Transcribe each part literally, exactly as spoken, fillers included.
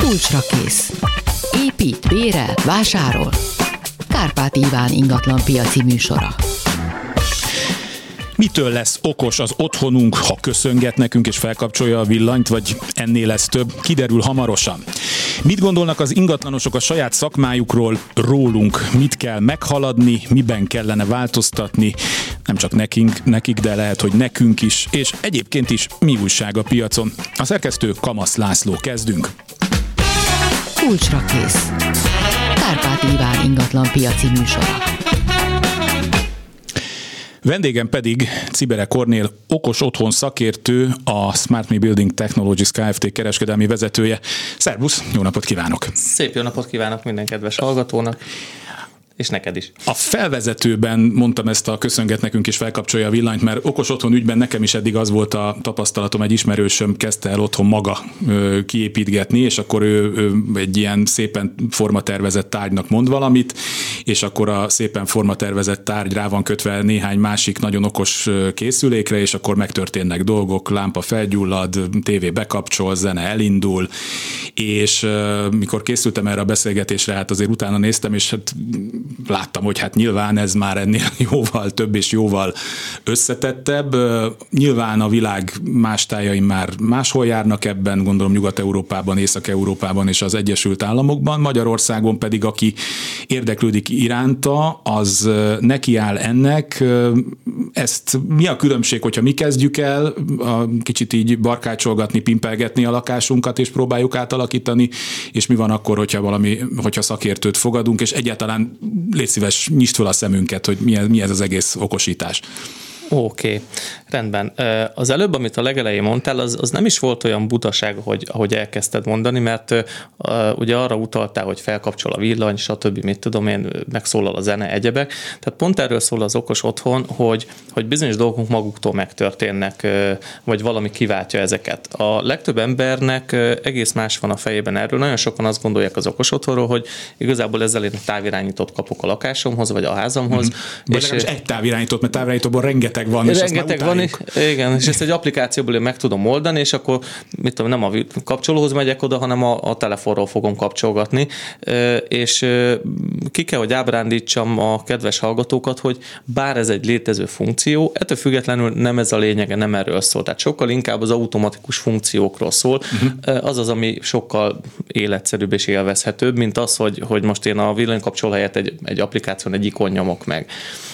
Kulcsra kész. Épít, bérel, vásárol. Kárpát Iván ingatlan piaci műsora. Mitől lesz okos az otthonunk, ha köszönget nekünk és felkapcsolja a villanyt, vagy ennél lesz több? Kiderül hamarosan. Mit gondolnak az ingatlanosok a saját szakmájukról, rólunk? Mit kell meghaladni, miben kellene változtatni? Nem csak nekünk, nekik, de lehet, hogy nekünk is, és egyébként is mi újság a piacon. A szerkesztő Kamasz László, kezdünk. Kulcsra kész. Kárpát Iván ingatlan piaci műsora. Vendégem pedig Czibere Kornél, okos otthon szakértő, a Smart Me Building Technologies Kft. Kereskedelmi vezetője. Szervusz, jó napot kívánok! Szép jó napot kívánok minden kedves hallgatónak, és neked is. A felvezetőben mondtam ezt a köszönget nekünk és felkapcsolja a villanyt, mert okos otthon ügyben nekem is eddig az volt a tapasztalatom, egy ismerősöm kezdte el otthon maga ö, kiépítgetni, és akkor ő, ő egy ilyen szépen formatervezett tárgynak mond valamit, és akkor a szépen formatervezett tárgy rá van kötve néhány másik nagyon okos készülékre, és akkor megtörténnek dolgok, lámpa felgyullad, tévé bekapcsol, zene elindul, és ö, mikor készültem erre a beszélgetésre, hát azért utána néztem, és hát láttam, hogy hát nyilván ez már ennél jóval több és jóval összetettebb. Nyilván a világ más tájain már máshol járnak ebben, gondolom Nyugat-Európában, Észak-Európában és az Egyesült Államokban. Magyarországon pedig, aki érdeklődik iránta, az nekiáll ennek. Ezt mi a különbség, hogyha mi kezdjük el a kicsit így barkácsolgatni, pimpelgetni a lakásunkat és próbáljuk átalakítani, és mi van akkor, hogyha valami, hogyha szakértőt fogadunk, és egyáltalán légy szíves, nyisd fel a szemünket, hogy mi ez, mi ez az egész okosítás. Oké, okay. Rendben. Az előbb, amit a legelején mondtál, az, az nem is volt olyan butaság, hogy, ahogy elkezdted mondani, mert uh, ugye arra utaltál, hogy felkapcsol a villany, stb. Mit tudom én, megszólal a zene, egyebek. Tehát pont erről szól az okos otthon, hogy, hogy bizonyos dolgok maguktól megtörténnek, uh, vagy valami kiváltja ezeket. A legtöbb embernek uh, egész más van a fejében erről. Nagyon sokan azt gondolják az okos otthonról, hogy igazából ezzel én távirányítót kapok a lakásomhoz, vagy a házamhoz. Mm-hmm. Vagy legalábbis egy távirányítót, mert távirányítóból rengeteg van, és rengeteg van, és, igen, és ezt egy applikációból én meg tudom oldani, és akkor mit tudom, nem a kapcsolóhoz megyek oda, hanem a, a telefonról fogom kapcsolgatni, és ki kell, hogy ábrándítsam a kedves hallgatókat, hogy bár ez egy létező funkció, ettől függetlenül nem ez a lényege, nem erről szól. Tehát sokkal inkább az automatikus funkciókról szól, uh-huh. az az, ami sokkal életszerűbb és élvezhetőbb, mint az, hogy, hogy most én a villanykapcsoló helyett egy, egy applikáción egy ikon nyomok meg.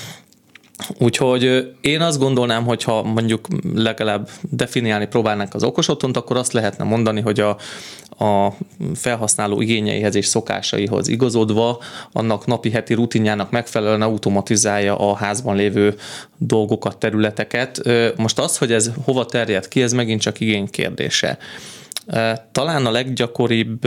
Úgyhogy én azt gondolnám, hogy ha mondjuk legalább definiálni próbálnánk az okos otthont, akkor azt lehetne mondani, hogy a, a felhasználó igényeihez és szokásaihoz igazodva, annak napi heti rutinjának megfelelően automatizálja a házban lévő dolgokat, területeket. Most az, hogy ez hova terjed ki, ez megint csak igény kérdése. Talán a leggyakoribb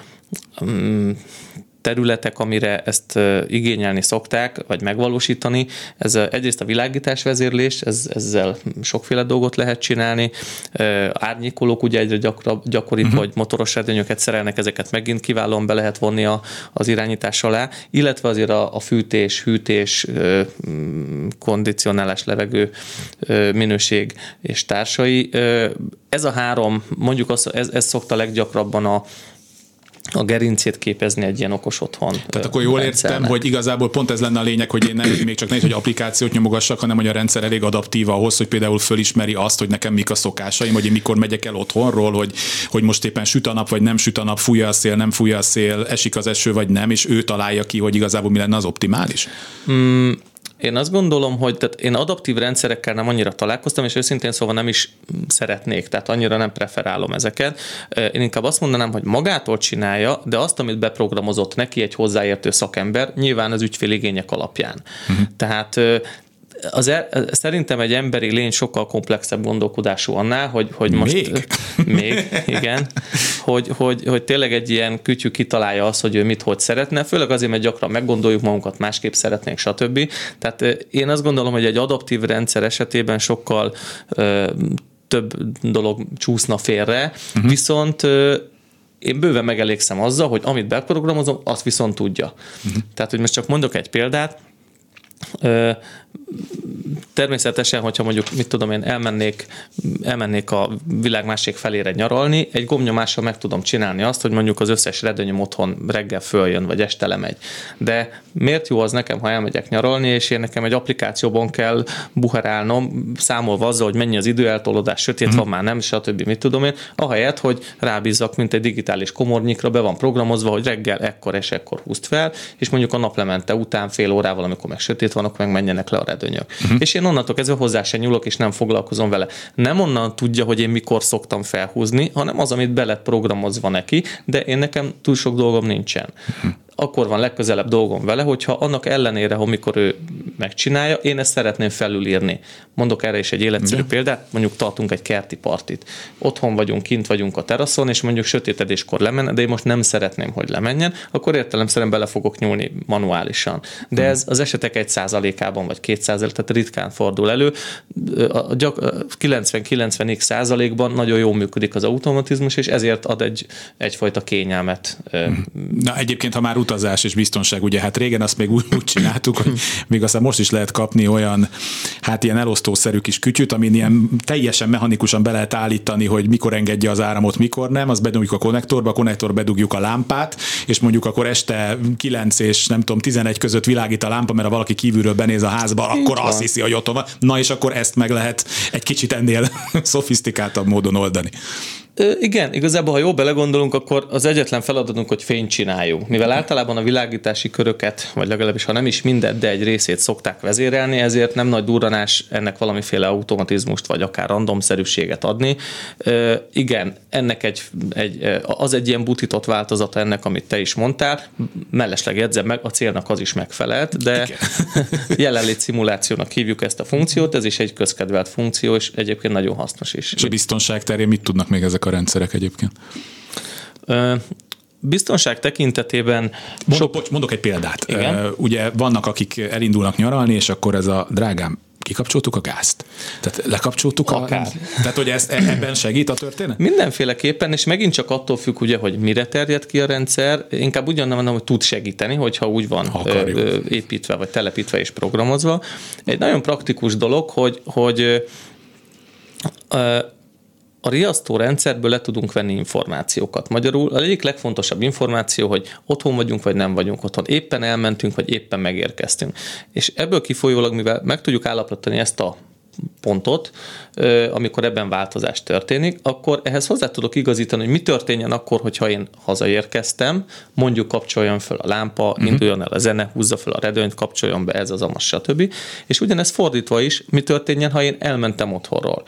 területek, amire ezt igényelni szokták, vagy megvalósítani, ez egyrészt a világítás vezérlés, ez, ezzel sokféle dolgot lehet csinálni. Árnyékolók ugye egyre gyakrabb, gyakoribb, uh-huh. hogy motoros erdőnyöket szerelnek, ezeket megint kiválóan be lehet vonni a, az irányítás alá, illetve azért a, a fűtés, hűtés, kondicionálás, levegő minőség és társai. Ez a három, mondjuk az, ez, ez szokta leggyakrabban a a gerincét képezni egy ilyen okos otthon. Tehát akkor jól rendszernek. Értem, hogy igazából pont ez lenne a lényeg, hogy én nem, még csak nehéz, hogy applikációt nyomogassak, hanem hogy a rendszer elég adaptív ahhoz, hogy például fölismeri azt, hogy nekem mik a szokásaim, hogy én mikor megyek el otthonról, hogy, hogy most éppen süt a nap, vagy nem süt a nap, fújja a szél, nem fújja a szél, esik az eső, vagy nem, és ő találja ki, hogy igazából mi lenne az optimális. Mm. Én azt gondolom, hogy tehát én adaptív rendszerekkel nem annyira találkoztam, és őszintén szóval nem is szeretnék, tehát annyira nem preferálom ezeket. Én inkább azt mondanám, hogy magától csinálja, de azt, amit beprogramozott neki egy hozzáértő szakember, nyilván az ügyféligények alapján. Uh-huh. Tehát az el, szerintem egy emberi lény sokkal komplexebb gondolkodású annál, hogy, hogy most... Még? Még, igen. Hogy, hogy, hogy tényleg egy ilyen kütyű kitalálja azt, hogy ő mit, hogy szeretne, főleg azért, mert gyakran meggondoljuk magunkat, másképp szeretnénk, stb. Tehát én azt gondolom, hogy egy adaptív rendszer esetében sokkal ö, több dolog csúszna félre, uh-huh. viszont ö, én bőven megelégszem azzal, hogy amit beprogramozom, azt viszont tudja. Uh-huh. Tehát, hogy most csak mondok egy példát, természetesen, hogyha mondjuk, mit tudom én, elmennék, elmennék a világ másik felére nyaralni, egy gombnyomással meg tudom csinálni azt, hogy mondjuk az összes redőnyöm otthon reggel följön, vagy este lemegy. De miért jó az nekem, ha elmegyek nyaralni, és én nekem egy applikációban kell buherálnom, számolva azzal, hogy mennyi az időeltolódás, sötét uh-huh. van, már nem, stb. Mit tudom én, ahelyett, hogy rábízzak, mint egy digitális komornyikra, be van programozva, hogy reggel ekkor és ekkor húzd fel, és mondjuk a naplemente után fél órával, amikor meg sötét van, akkor meg menjenek le a redőnyök. Uh-huh. És én onnantól kezdve hozzá se nyúlok, és nem foglalkozom vele. Nem onnan tudja, hogy én mikor szoktam felhúzni, hanem az, amit be lett programozva neki, de én nekem túl sok dolgom nincsen. Uh-huh. Akkor van legközelebb dolgom vele, hogyha annak ellenére, hogy mikor ő megcsinálja, én ezt szeretném felülírni. Mondok erre is egy életszerű de. példát, mondjuk tartunk egy kerti partit. Otthon vagyunk, kint vagyunk a teraszon, és mondjuk sötétedéskor lemen, de én most nem szeretném, hogy lemenjen, akkor értelemszerűen bele fogok nyúlni manuálisan. De ez az esetek egy százalékában, vagy két százalék, tehát ritkán fordul elő. A kilencven-kilencven százalékban nagyon jól működik az automatizmus, és ezért ad egy, egyfajta kényelmet. Na egyébként, ha már utazás és biztonság, ugye hát régen azt még úgy, úgy csináltuk, hogy még aztán most is lehet kapni olyan, hát ilyen elosztószerű kis kütyüt, amin ilyen teljesen mechanikusan be lehet állítani, hogy mikor engedje az áramot, mikor nem, azt bedugjuk a konnektorba, a konnektorba bedugjuk a lámpát, és mondjuk akkor este kilenc és nem tudom, tizenegy között világít a lámpa, mert ha valaki kívülről benéz a házba, akkor azt hiszi, hogy otthon van. Na és akkor ezt meg lehet egy kicsit ennél szofisztikáltabb módon oldani. Igen, igazából, ha jól belegondolunk, akkor az egyetlen feladatunk, hogy fényt csináljunk. Mivel általában a világítási köröket, vagy legalábbis ha nem is mindet, de egy részét szokták vezérelni, ezért nem nagy durranás ennek valamiféle automatizmust, vagy akár randomszerűséget adni. Igen, ennek egy, egy, az egy ilyen butított változata ennek, amit te is mondtál. Mellesleg jegyzem meg, a célnak az is megfelelt, de jelenlét szimulációnak hívjuk ezt a funkciót, ez is egy közkedvelt funkció, és egyébként nagyon hasznos is. És a biztonság terén mit tudnak még ezek a rendszerek egyébként? Ö, biztonság tekintetében... Mondok, sok... mondok egy példát. Igen? Ugye vannak, akik elindulnak nyaralni, és akkor ez a drágám, kikapcsoltuk a gázt? Tehát lekapcsoltuk Akár. a... Tehát, hogy ez, ebben segít a történet? Mindenféleképpen, és megint csak attól függ, ugye, hogy mire terjed ki a rendszer, inkább úgy mondom, hogy tud segíteni, hogyha úgy van ö, építve, vagy telepítve és programozva. Egy nagyon praktikus dolog, hogy, hogy ö, a riasztó rendszerből le tudunk venni információkat. Magyarul az egyik legfontosabb információ, hogy otthon vagyunk, vagy nem vagyunk otthon. Éppen elmentünk, vagy éppen megérkeztünk. És ebből kifolyólag, mivel meg tudjuk állapítani ezt a pontot, amikor ebben változás történik, akkor ehhez hozzá tudok igazítani, hogy mi történjen akkor, hogyha én hazaérkeztem, mondjuk kapcsoljon fel a lámpa, uh-huh. induljon el a zene, húzza fel a redőnyt, kapcsoljon be ez az amaz, stb. És ugyanez fordítva is, mi történjen, ha én elmentem otthonról.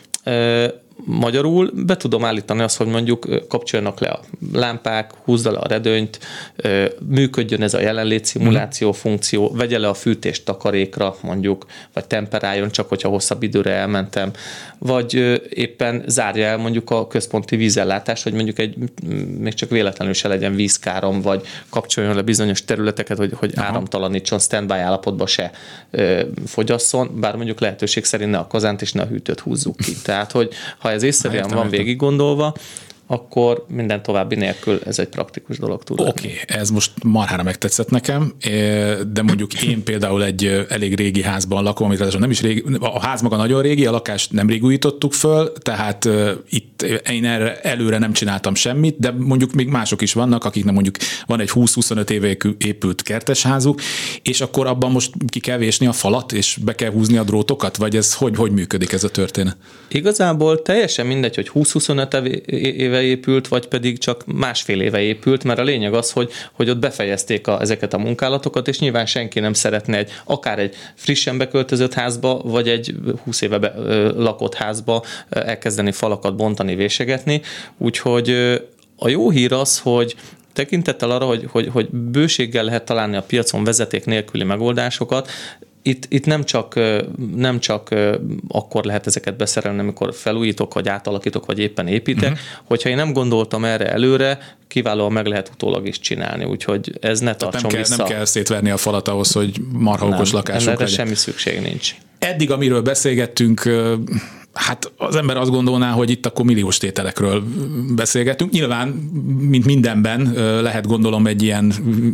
Magyarul be tudom állítani azt, hogy mondjuk kapcsoljanak le a lámpák, húzza le a redőnyt, működjön ez a jelenlét szimuláció funkció, vegye le a fűtést takarékra mondjuk, vagy temperáljon csak, hogyha hosszabb időre elmentem, vagy éppen zárja el mondjuk a központi vízellátást, hogy mondjuk egy, még csak véletlenül se legyen vízkárom, vagy kapcsoljon le bizonyos területeket, hogy, hogy áramtalanítson, standby állapotba se fogyasszon, bár mondjuk lehetőség szerint ne a kazánt és ne a hűtőt húzzuk ki. Tehát, hogy ha ez észszerűen van értem. végig gondolva, akkor minden további nélkül ez egy praktikus dolog tud lenni. Oké, okay, ez most marhára megtetszett nekem, de mondjuk én például egy elég régi házban lakom, amit nem is régi, a ház maga nagyon régi, a lakást nem rég újítottuk föl, tehát itt én erre előre nem csináltam semmit, de mondjuk még mások is vannak, akiknek mondjuk van egy húsz-huszonöt éve épült kertesházuk, és akkor abban most ki kell vésni a falat, és be kell húzni a drótokat, vagy ez hogy, hogy működik ez a történet? Igazából teljesen mindegy, hogy húsz-huszonöt éve épült, vagy pedig csak másfél éve épült, mert a lényeg az, hogy, hogy ott befejezték a, ezeket a munkálatokat, és nyilván senki nem szeretne egy, akár egy frissen beköltözött házba, vagy egy húsz éve be, ö, lakott házba elkezdeni falakat bontani, vésegetni. Úgyhogy ö, a jó hír az, hogy tekintettel arra, hogy, hogy, hogy bőséggel lehet találni a piacon vezeték nélküli megoldásokat, Itt, itt nem csak, nem csak akkor lehet ezeket beszerelni, amikor felújítok, vagy átalakítok, vagy éppen építek. Uh-huh. Hogyha én nem gondoltam erre előre, kiválóan meg lehet utólag is csinálni, úgyhogy ez ne tartson nem kell, vissza. Nem kell szétverni a falat ahhoz, hogy marha okos lakások legyen. Erre semmi szükség nincs. Eddig, amiről beszélgettünk, Hát az ember azt gondolná, hogy itt akkor milliós tételekről beszélgetünk. Nyilván, mint mindenben lehet gondolom egy ilyen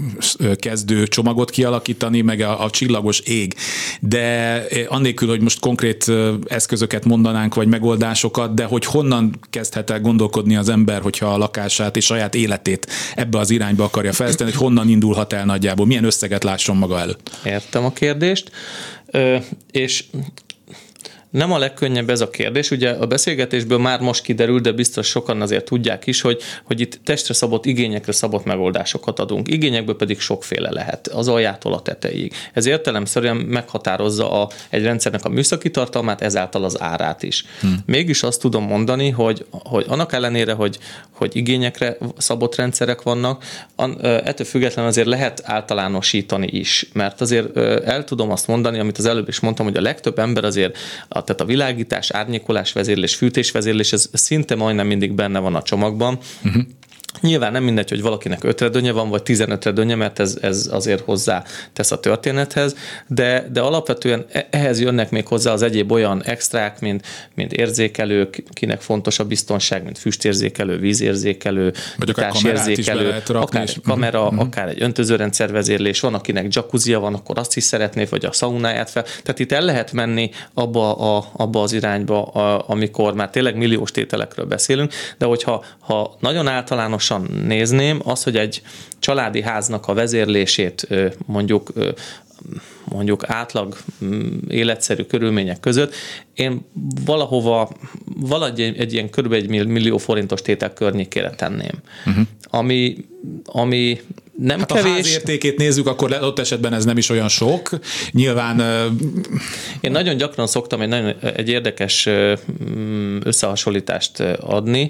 kezdő csomagot kialakítani, meg a, a csillagos ég. De annélkül, hogy most konkrét eszközöket mondanánk, vagy megoldásokat, de hogy honnan kezdhet el gondolkodni az ember, hogyha a lakását és saját életét ebbe az irányba akarja fejleszteni, hogy honnan indulhat el nagyjából, milyen összeget lásson maga előtt. Értem a kérdést, Ö, és nem a legkönnyebb ez a kérdés, ugye a beszélgetésből már most kiderül, de biztos sokan azért tudják is, hogy, hogy itt testre szabott, igényekre szabott megoldásokat adunk. Igényekből pedig sokféle lehet, az aljától a tetejéig. Ez értelemszerűen meghatározza a, egy rendszernek a műszaki tartalmát, ezáltal az árát is. Hmm. Mégis azt tudom mondani, hogy, hogy annak ellenére, hogy, hogy igényekre szabott rendszerek vannak, ettől függetlenül azért lehet általánosítani is, mert azért el tudom azt mondani, amit az előbb is mondtam, hogy a legtöbb ember azért tehát a világítás, árnyékolás, vezérlés, fűtésvezérlés, ez szinte majdnem mindig benne van a csomagban. Uh-huh. Nyilván nem mindegy, hogy valakinek öt redőnye van, vagy tizenöt redőnye, mert ez, ez azért hozzá tesz a történethez, de, de alapvetően ehhez jönnek még hozzá az egyéb olyan extrák, mint, mint érzékelők, kinek fontos a biztonság, mint füstérzékelő, vízérzékelő, tásérzékelő, akár egy kamera, uh-huh. akár egy öntözőrendszervezérlés, van, akinek jacuzzia van, akkor azt is szeretné, vagy a szaunáját fel. Tehát itt el lehet menni abba, a, abba az irányba, a, amikor már tényleg milliós tételekről beszélünk, de hogyha ha nagyon általános nézném, az, hogy egy családi háznak a vezérlését mondjuk mondjuk átlag életszerű körülmények között, én valahova, valahogy egy, egy ilyen kb. Egy millió forintos tétel környékére tenném. Uh-huh. Ami, ami nem hát kevés. Ha ház értékét nézzük, akkor ott esetben ez nem is olyan sok. Nyilván... Én nagyon gyakran szoktam egy, nagyon, egy érdekes összehasonlítást adni.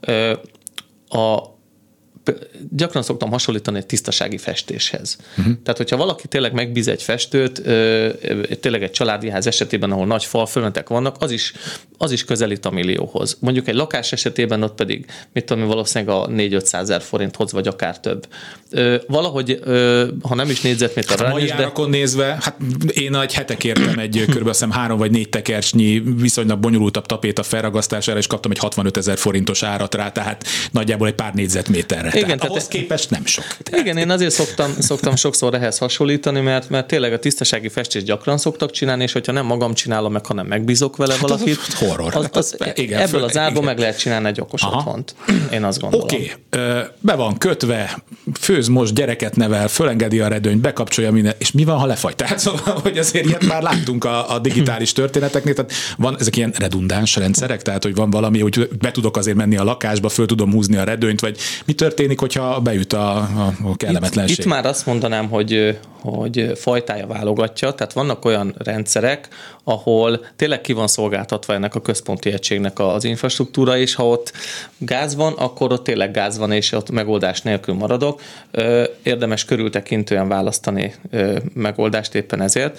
A gyakran szoktam hasonlítani egy tisztasági festéshez. Uh-huh. Tehát, hogyha valaki tényleg megbíz egy festőt, tényleg egy családi ház esetében, ahol nagy falfölönetek vannak, az is, az is közelít a millióhoz. Mondjuk egy lakás esetében ott pedig, mit tudom, valószínűleg a négy-ötszázezer forinthoz, vagy akár több. Valahogy, ha nem is négyzetméter hát arányos, de... árakon nézve, hát én egy hete kértem egy körülbelül szem három vagy négy tekercsnyi viszonylag bonyolultabb tapéta felragasztására, és kaptam egy hatvanötezer forintos árat rá, tehát nagyjából egy pár négyzetméterre. Igen, tehát ahhoz képest nem sok. Tehát. Igen, én azért szoktam, szoktam sokszor ehhez hasonlítani, mert, mert tényleg a tisztasági festést gyakran szoktak csinálni, és hogyha nem magam csinálom meg, hanem megbízok vele hát valakit, az horror. Az, az, az, igen, ebből az árból meg lehet csinálni egy okos Aha. otthont. Én azt gondolom. Oké, okay. Be van kötve, főz most, gyereket nevel, fölengedi a redőnyt, bekapcsolja minden, és mi van, ha lefagy? Tehát szóval, hogy azért ilyet már láttunk a, a digitális történeteknél, tehát van ezek ilyen redundáns rendszerek, tehát hogy van valami, hogy be tudok azért menni a lakásba, föl tudom húzni a redőnyt, vagy mi történik, hogyha beüt a, a kellemetlenség? Itt, itt már azt mondanám, hogy, hogy fajtája válogatja, tehát vannak olyan rendszerek, ahol tényleg ki van szolgáltatva ennek a központi egységnek az infrastruktúra, és ha ott gáz van, akkor ott tényleg gáz van, és ott megoldás nélkül maradok. Érdemes körültekintően választani megoldást éppen ezért.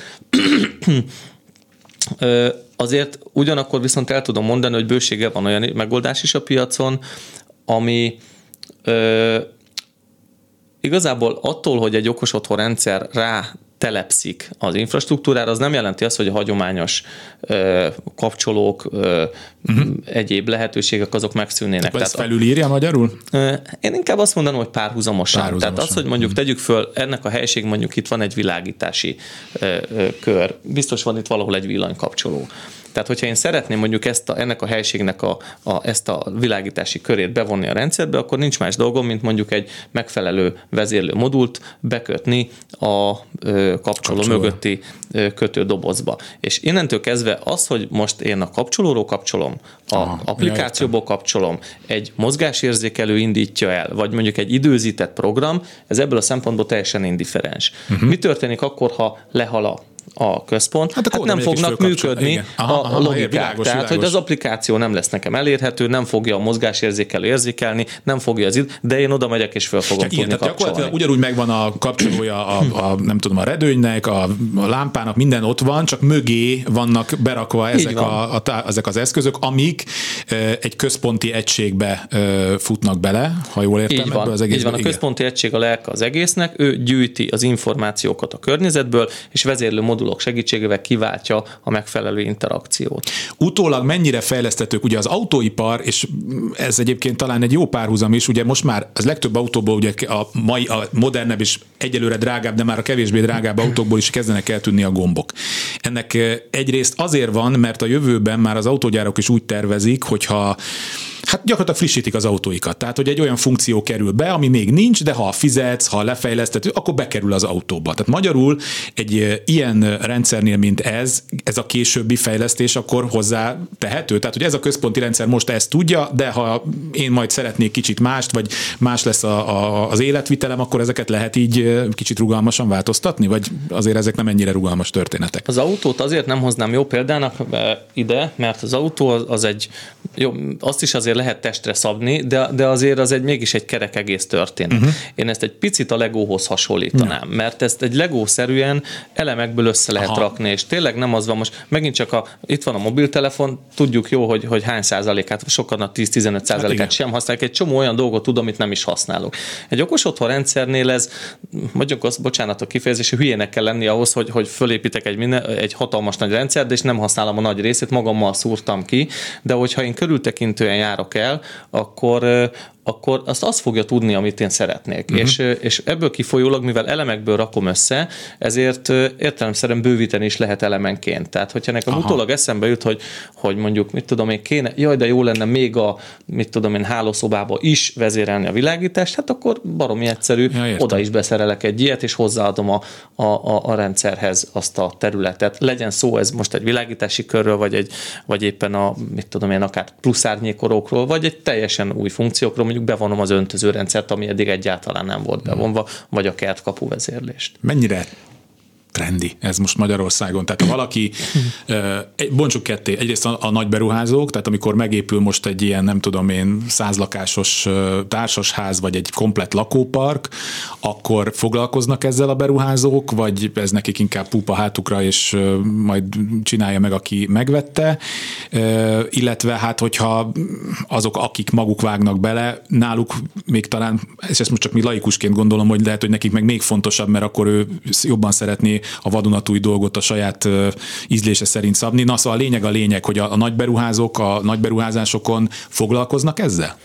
Azért ugyanakkor viszont el tudom mondani, hogy bősége van olyan megoldás is a piacon, ami Ö, igazából attól, hogy egy okos otthon rendszer rá telepszik az infrastruktúrára, az nem jelenti azt, hogy a hagyományos ö, kapcsolók, ö, uh-huh. egyéb lehetőségek azok megszűnnének. Tehát ezt felülírja magyarul? Ö, én inkább azt mondanám, hogy párhuzamosan. párhuzamosan. Tehát az, hogy mondjuk uh-huh. tegyük föl, ennek a helység mondjuk itt van egy világítási ö, ö, kör, biztos van itt valahol egy villanykapcsoló. Tehát, hogyha én szeretném mondjuk ezt a, ennek a helységnek a, a, ezt a világítási körét bevonni a rendszerbe, akkor nincs más dolgom, mint mondjuk egy megfelelő vezérlő modult bekötni a ö, kapcsoló, kapcsoló mögötti ö, kötődobozba. És innentől kezdve az, hogy most én a kapcsolóról kapcsolom, a Aha, applikációból kapcsolom, egy mozgásérzékelő indítja el, vagy mondjuk egy időzített program, ez ebből a szempontból teljesen indifferens. Uh-huh. Mi történik akkor, ha lehal a a központ, hát, hát nem fognak működni aha, a aha, logikák. Világos, Tehát, világos. Hogy az applikáció nem lesz nekem elérhető, nem fogja a mozgásérzékelő érzékelni, nem fogja az id, de én oda megyek és föl fogom ja, tudni igen, kapcsolni. Ugyanúgy megvan a kapcsolója a, a, nem tudom, a redőnynek, a, a lámpának, minden ott van, csak mögé vannak berakva ezek, a, a, ezek az eszközök, amik egy központi egységbe futnak bele, ha jól értem. Így van, az egész, így van. A központi egység a lelke az egésznek, ő gyűjti az információkat a környezetből, és vezérlő modul modulok segítségével kiváltja a megfelelő interakciót. Utólag mennyire fejlesztetők, ugye az autóipar, és ez egyébként talán egy jó párhuzam is, ugye most már az legtöbb autóból, ugye a mai, a modernebb és egyelőre drágább, de már a kevésbé drágább autókból is kezdenek eltűnni a gombok. Ennek egyrészt azért van, mert a jövőben már az autógyárok is úgy tervezik, hogyha hát gyakorlatilag frissítik az autóikat. Tehát, hogy egy olyan funkció kerül be, ami még nincs, de ha fizetsz, ha lefejlesztető, akkor bekerül az autóba. Tehát magyarul egy ilyen rendszernél, mint ez, ez a későbbi fejlesztés akkor hozzá tehető. Tehát, hogy ez a központi rendszer most ezt tudja, de ha én majd szeretnék kicsit mást, vagy más lesz a, a, az életvitelem, akkor ezeket lehet így kicsit rugalmasan változtatni, vagy azért ezek nem ennyire rugalmas történetek? Az autót azért nem hoznám jó példának ide, mert az autó az, az egy, jó, azt is azért lehet testre szabni, de, de azért az egy mégis egy kerek egész történet. Uh-huh. Én ezt egy picit a Legóhoz hasonlítanám, ja. mert ezt egy Legó-szerűen elemekből össze lehet Aha. rakni, és tényleg nem az van most, megint csak a, itt van a mobiltelefon, tudjuk jó, hogy, hogy hány százalékát, sokan a tíz-tizenöt százalékát hát sem használják, egy csomó olyan dolgot tud, amit nem is használok. Egy okos otthon rendszernél ez, mondjuk azt, bocsánat a kifejezés, hülyének kell lenni ahhoz, hogy, hogy fölépítek egy, minden, egy hatalmas nagy rendszert, de és nem használom a nagy részét, magammal szúrtam ki, de hogyha én körültekintően járok el, akkor, akkor azt azt fogja tudni, amit én szeretnék. Uh-huh. És, és ebből kifolyólag, mivel elemekből rakom össze, ezért értelemszerűen bővíteni is lehet elemenként. Tehát, hogyha nekem Aha. utólag eszembe jut, hogy, hogy mondjuk, mit tudom én, kéne, jaj, de jó lenne még a, mit tudom én, hálószobába is vezérelni a világítást, hát akkor baromi egyszerű, ja, oda is beszerelek egy ilyet, és hozzáadom a, a, a, a rendszerhez azt a területet. Legyen szó ez most egy világítási körről, vagy, egy, vagy éppen a, mit tudom én, akár plusz árnyékorokról, vagy egy teljesen új funkciókról, mondjuk bevonom az öntözőrendszert, ami eddig egyáltalán nem volt bevonva, vagy a kertkapu vezérlést. Mennyire trendi ez most Magyarországon? Tehát ha valaki, bontsuk ketté, egyrészt a, a nagy beruházók, tehát amikor megépül most egy ilyen, nem tudom én, százlakásos társasház, vagy egy komplett lakópark, akkor foglalkoznak ezzel a beruházók, vagy ez nekik inkább púpa hátukra, és majd csinálja meg, aki megvette, illetve hát, hogyha azok, akik maguk vágnak bele, náluk még talán, és ezt most csak mi laikusként gondolom, hogy lehet, hogy nekik meg még fontosabb, mert akkor ő jobban szeretné a vadonatúj dolgot a saját ízlése szerint szabni. Na, szóval a lényeg a lényeg, hogy a, a nagy beruházók, a nagy beruházásokon foglalkoznak ezzel?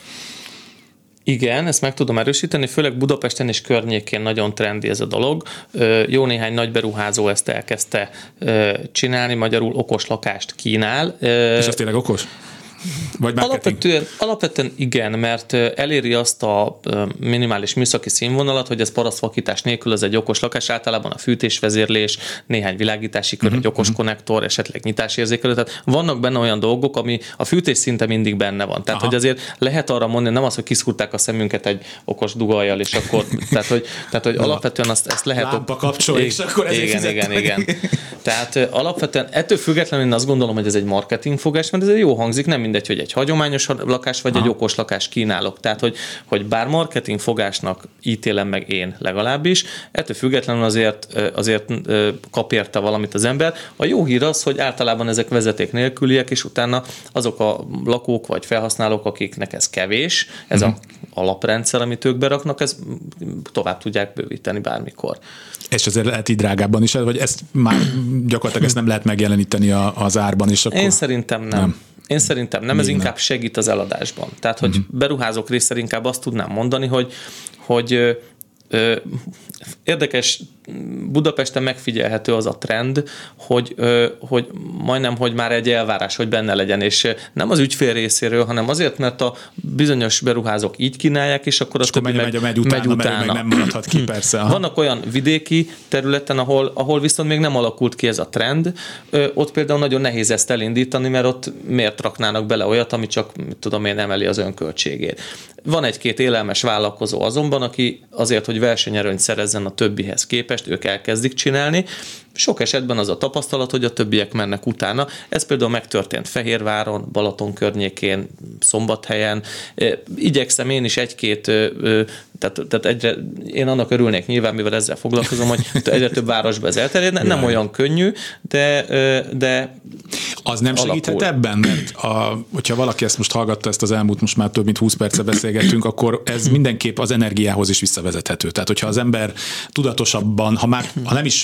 Igen, ezt meg tudom erősíteni, főleg Budapesten és környékén nagyon trendi ez a dolog. Jó néhány nagy beruházó ezt elkezdte csinálni, magyarul okos lakást kínál. És az tényleg okos? Vagy alapvetően, alapvetően igen, mert eléri azt a minimális műszaki színvonalat, hogy ez parasztvakítás nélkül az egy okos lakás, általában a fűtésvezérlés, néhány világítási kör, uh-huh. egy okos konnektor, esetleg nyitásérzékelő. Tehát vannak benne olyan dolgok, ami a fűtés szinte mindig benne van. Tehát, Aha. hogy azért lehet arra mondani, nem az, hogy kiszúrták a szemünket egy okos dugajjal, és akkor, tehát, hogy, tehát, hogy alapvetően azt, ezt lehet... Lámpa kapcsol, és akkor ezért igen, igen, igen. Tehát alapvetően ettől függetlenül én azt gondolom, hogy ez egy marketingfogás, mert ez jó hangzik, nem mindegy, hogy egy hagyományos lakás, vagy Aha. egy okos lakás kínálok. Tehát, hogy, hogy bár marketingfogásnak ítélem meg én legalábbis, ettől függetlenül azért, azért kap érte valamit az ember. A jó hír az, hogy általában ezek vezeték nélküliek, és utána azok a lakók vagy felhasználók, akiknek ez kevés, ez uh-huh. a alaprendszer, amit ők beraknak, ez tovább tudják bővíteni bármikor. És azért lehet így drágábban is, vagy ezt már gyakorlatilag ezt nem lehet megjeleníteni a, az árban is? Akkor... Én szerintem nem. nem. Én szerintem nem, ez Még inkább nem. segít az eladásban. Tehát, hogy uh-huh. beruházók részéről inkább azt tudnám mondani, hogy, hogy ö, ö, érdekes, Budapesten megfigyelhető az a trend, hogy, ö, hogy majdnem, hogy már egy elvárás, hogy benne legyen, és nem az ügyfél részéről, hanem azért, mert a bizonyos beruházók így kínálják, és akkor a többi meg, megy, megy utána, megy utána. Meg nem maradhat ki, persze. Aha. Vannak olyan vidéki területen, ahol, ahol viszont még nem alakult ki ez a trend, ö, ott például nagyon nehéz ezt elindítani, mert ott miért raknának bele olyat, ami csak, mit tudom én, emeli az önköltségét. Van egy-két élelmes vállalkozó azonban, aki azért, hogy versenyerőnyt szerezzen a többihez képest, ők elkezdik csinálni. Sok esetben az a tapasztalat, hogy a többiek mennek utána. Ez például megtörtént Fehérváron, Balaton környékén, Szombathelyen. Igyekszem én is egy-két, tehát, tehát egyre, én annak örülnék nyilván, mivel ezzel foglalkozom, hogy egyre több városba ez elterjedne. Nem olyan könnyű, de, de az nem alakul. Segíthet ebben, mert a, hogyha valaki ezt most hallgatta, ezt az elmúlt most már több mint húsz perce beszélgettünk, akkor ez mindenképp az energiához is visszavezethető. Tehát, hogyha az ember tudatosabban, ha már, ha nem is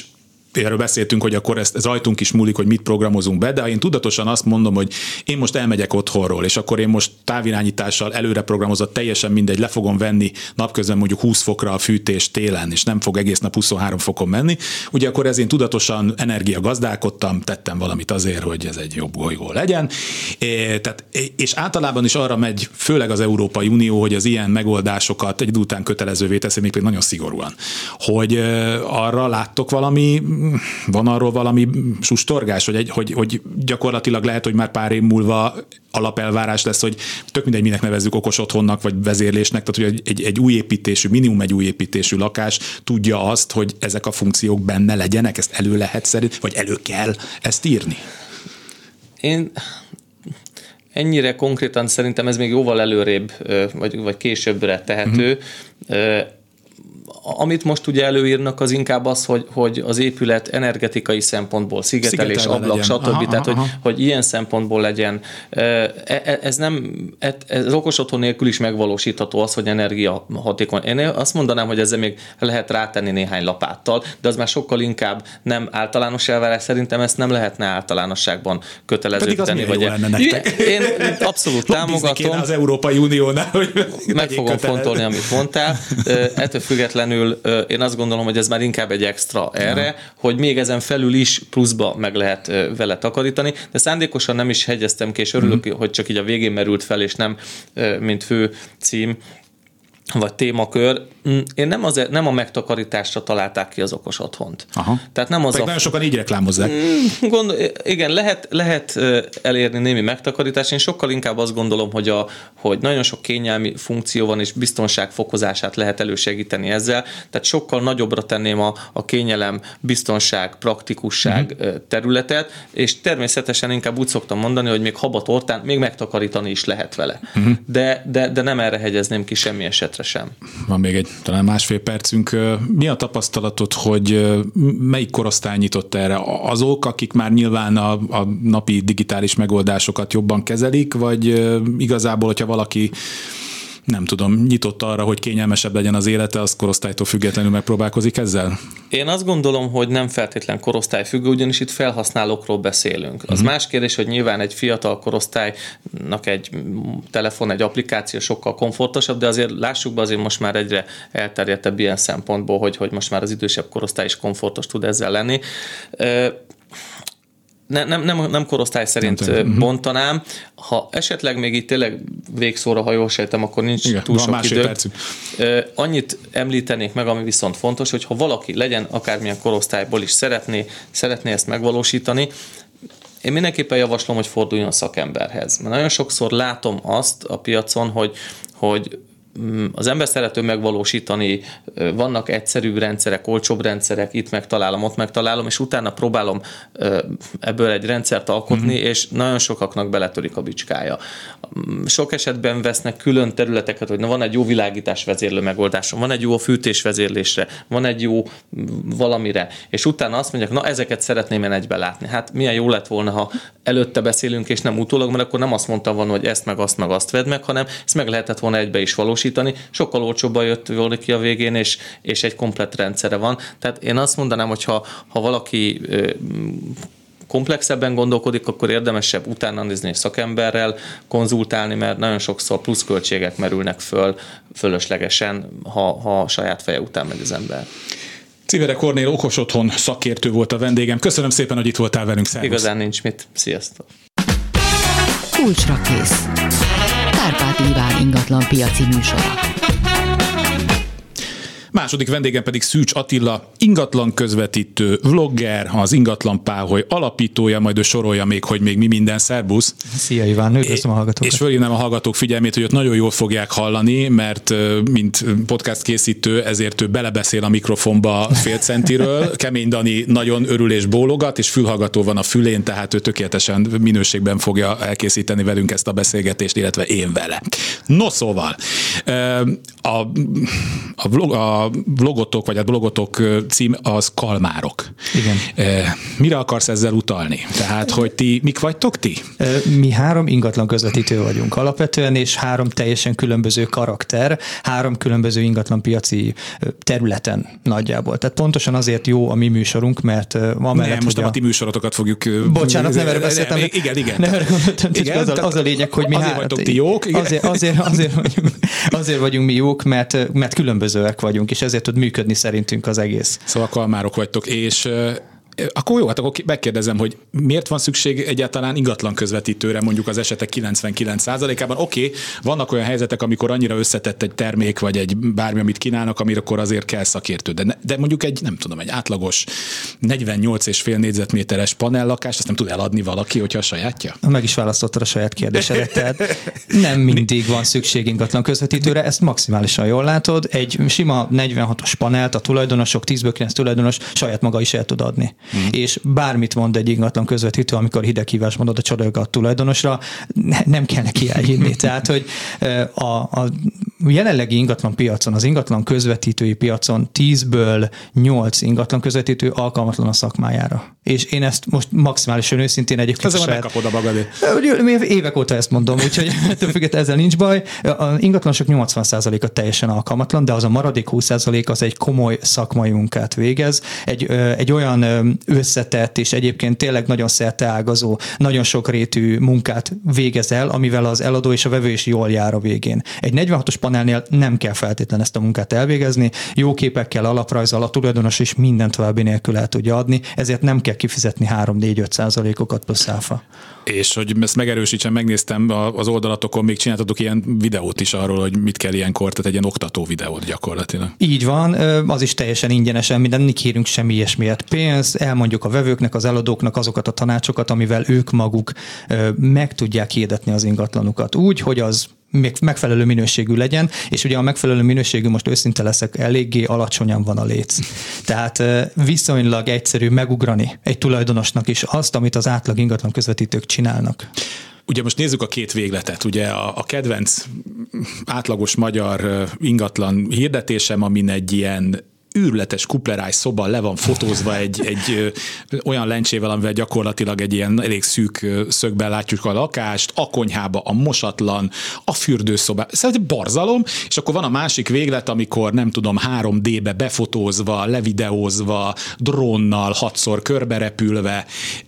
erről beszéltünk, hogy akkor ezt, ez rajtunk is múlik, hogy mit programozunk be, de én tudatosan azt mondom, hogy én most elmegyek otthonról, és akkor én most távirányítással előre programozott, teljesen mindegy, le fogom venni napközben mondjuk húsz fokra a fűtés télen, és nem fog egész nap huszonhárom fokon menni. Ugye akkor ezért tudatosan energiagazdálkodtam, tettem valamit azért, hogy ez egy jobb bolygó legyen. É, tehát, és általában is arra megy, főleg az Európai Unió, hogy az ilyen megoldásokat egy idő után kötelezővé teszi, még nagyon szigorúan. Hogy arra láttok valami, van arról valami sustorgás, hogy, egy, hogy, hogy gyakorlatilag lehet, hogy már pár év múlva alapelvárás lesz, hogy tök mindegy, minek nevezzük okos otthonnak, vagy vezérlésnek, tehát hogy egy, egy új építésű, minimum egy új építésű lakás tudja azt, hogy ezek a funkciók benne legyenek, ezt elő lehet szerint, vagy elő kell ezt írni? Én ennyire konkrétan szerintem ez még jóval előrébb, vagy, vagy későbbre tehető. Uh-huh. Amit most ugye előírnak, az inkább az, hogy, hogy az épület energetikai szempontból szigetelés, ablak, legyen. stb. Aha, Tehát, aha. Hogy, hogy ilyen szempontból legyen. Ez nem, ez okos otthon nélkül is megvalósítható az, hogy energia hatékony. Én azt mondanám, hogy ezzel még lehet rátenni néhány lapáttal, de az már sokkal inkább nem általános elvárás. Szerintem ezt nem lehetne általánosságban kötelező tenni. Vagy jó lenne nektek. Én abszolút támogatom. Az Európai Uniónál, hogy meg fogom kötelező. fontolni, amit mondtál. Ettől függetlenül én azt gondolom, hogy ez már inkább egy extra erre, ja. hogy még ezen felül is pluszba meg lehet vele takarítani, de szándékosan nem is hegyeztem ki, és örülök, mm. hogy csak így a végén merült fel, és nem mint fő cím vagy témakör. Én nem, az, nem a megtakarításra találták ki az okos otthont. Aha. Tehát nem az a... nagyon sokan így reklámozzák. Gondol, igen, lehet, lehet elérni némi megtakarítást. Én sokkal inkább azt gondolom, hogy, a, hogy nagyon sok kényelmi funkció van, és biztonság fokozását lehet elősegíteni ezzel. Tehát sokkal nagyobbra tenném a, a kényelem, biztonság, praktikusság uh-huh. területet, és természetesen inkább úgy szoktam mondani, hogy még habatortán még megtakarítani is lehet vele. Uh-huh. De, de, de nem erre hegyezném ki semmi esetre sem. Van még egy talán másfél percünk. Mi a tapasztalatod, hogy melyik korosztály nyitott erre? Azok, akik már nyilván a, a napi digitális megoldásokat jobban kezelik, vagy igazából, hogyha valaki nem tudom, nyitott arra, hogy kényelmesebb legyen az élete, az korosztálytól függetlenül megpróbálkozik ezzel? Én azt gondolom, hogy nem feltétlen korosztály függő, ugyanis itt felhasználókról beszélünk. Az uh-huh. más kérdés, hogy nyilván egy fiatal korosztálynak egy telefon, egy applikáció sokkal komfortosabb, de azért lássuk be, azért most már egyre elterjedtebb ilyen szempontból, hogy, hogy most már az idősebb korosztály is komfortos tud ezzel lenni. Ne, nem, nem, nem korosztály szerint nem bontanám. Ha esetleg még itt tényleg végszóra, ha jól sejtem, akkor nincs igen, túl sok idő. Percünk. Annyit említenék meg, ami viszont fontos, hogy ha valaki legyen akármilyen korosztályból is szeretné, szeretné ezt megvalósítani, én mindenképpen javaslom, hogy forduljon szakemberhez. Mert nagyon sokszor látom azt a piacon, hogy, hogy az ember szerető megvalósítani, vannak egyszerűbb rendszerek, olcsóbb rendszerek, itt megtalálom, ott megtalálom, és utána próbálom ebből egy rendszert alkotni, mm-hmm. és nagyon sokaknak beletörik a bicskája. Sok esetben vesznek külön területeket, hogy na, van egy jó világítás vezérlő megoldásom, van egy jó fűtés vezérlésre, van egy jó valamire, és utána azt mondják, na ezeket szeretném én egybe látni. Hát milyen jó lett volna, ha előtte beszélünk, és nem utólag, mert akkor nem azt mondtam volna, hogy ezt meg azt meg azt vedd meg, hanem ezt meg lehetett volna egybe is valósítani. Sokkal olcsóbban jött volna ki a végén, és, és egy komplett rendszere van. Tehát én azt mondanám, hogy ha, ha valaki ö, komplexebben gondolkodik, akkor érdemesebb utána nézni szakemberrel, konzultálni, mert nagyon sokszor pluszköltségek merülnek föl fölöslegesen, ha, ha a saját feje után megy az ember. Czivere Kornél okos otthon szakértő volt a vendégem. Köszönöm szépen, hogy itt voltál velünk. Szervusz. Igazán nincs mit. Sziasztok! Kulcsra kész. Kárpát Iván ingatlan piaci műsora. Második vendégem pedig Szűcs Attila, ingatlan közvetítő, vlogger, az Ingatlan Páholy alapítója, majd ő sorolja még, hogy még mi minden. Szerbusz! Szia Iván, üdvözlöm a hallgatókat! És fölhívnám a hallgatók figyelmét, hogy ott nagyon jól fogják hallani, mert mint podcast készítő, ezért ő belebeszél a mikrofonba fél centiről. Kemény Dani nagyon örül és bólogat, és fülhallgató van a fülén, tehát ő tökéletesen minőségben fogja elkészíteni velünk ezt a beszélgetést, illetve én vele. No szóval, a, a, vlog, a a blogotok, vagy a blogotok cím az Kalmárok. Igen. Mire akarsz ezzel utalni? Tehát, hogy ti, mik vagytok ti? Mi három ingatlan közvetítő vagyunk alapvetően, és három teljesen különböző karakter, három különböző ingatlan piaci területen nagyjából. Tehát pontosan azért jó a mi műsorunk, mert amellett, nem, most nem a... a ti műsorotokat fogjuk... Bocsánat, nem erre beszéltem. Nem, igen, igen. Nem erre gondoltam, igen, az, a, az a lényeg, hogy mi azért három... vagytok ti jók. Igen. Azért, azért, azért, vagyunk, azért vagyunk mi jók, mert, mert különbözőek vagyunk, és ezért tud működni szerintünk az egész. Szóval Kalmárok vagytok, és... Akkor jó, hát akkor megkérdezem, hogy miért van szükség egyáltalán ingatlan közvetítőre mondjuk az esetek kilencvenkilenc százalékában? Oké, okay, vannak olyan helyzetek, amikor annyira összetett egy termék, vagy egy bármi, amit kínálnak, amire akkor azért kell szakértő. De, ne, de mondjuk egy, nem tudom, egy átlagos negyvennyolc és fél négyzetméteres panellakást, azt nem tud eladni valaki, hogyha a sajátja? Meg is választottad a saját kérdésedet, tehát nem mindig van szükség ingatlan közvetítőre, ezt maximálisan jól látod. Egy sima negyvenhatos panelt a tulajdonosok, tízből kilenc tulajdonos saját maga is el tud adni. Mm. És bármit mond egy ingatlan közvetítő, amikor hideghívás mondod a csodagat tulajdonosra, nem kell neki elhinni. Tehát, hogy a, a jelenlegi ingatlan piacon, az ingatlan közvetítői piacon tízből nyolc ingatlan közvetítő alkalmatlan a szakmájára. És én ezt most maximálisan őszintén egyébként... Ezzel saját... megkapod a magadét. Évek óta ezt mondom, úgyhogy ettől függetlenül ezzel nincs baj. A ingatlanosok nyolcvan százaléka teljesen alkalmatlan, de az a maradék húsz százalék az egy komoly szakmai munkát végez. Egy, egy olyan összetett és egyébként tényleg nagyon szerteágazó, nagyon sokrétű munkát végez el, amivel az eladó és a vevő is jól jár a végén. Egy negyvenhatos panelnél nem kell feltétlenül ezt a munkát elvégezni, jó képekkel, alaprajzzal a tulajdonos is minden további nélkül el tudja adni, ezért nem kell kifizetni három-négy-öt százalékokat plusz áfa. És hogy ezt megerősítsem, megnéztem az oldalatokon, még csináltatok ilyen videót is arról, hogy mit kell ilyenkor, tehát egy ilyen oktató videót gyakorlatilag. Így van, az is teljesen ingyenesen, minden, nem kérünk semmi ilyesmiért pénzt, elmondjuk a vevőknek, az eladóknak azokat a tanácsokat, amivel ők maguk meg tudják hirdetni az ingatlanukat úgy, hogy az még megfelelő minőségű legyen, és ugye a megfelelő minőségű, most őszinte leszek, eléggé alacsonyan van a léc. Tehát viszonylag egyszerű megugrani egy tulajdonosnak is azt, amit az átlag ingatlan közvetítők csinálnak. Ugye most nézzük a két végletet. Ugye a, a kedvenc átlagos magyar ingatlan hirdetésem, amin egy ilyen űrletes kupleráj szoba le van fotózva egy, egy ö, olyan lencsével, amivel gyakorlatilag egy ilyen elég szűk szögben látjuk a lakást, a konyhába, a mosatlan, a fürdőszoba. Szerintem barzalom, és akkor van a másik véglet, amikor nem tudom, három dé-be befotózva, levideózva, drónnal, hatszor körberepülve.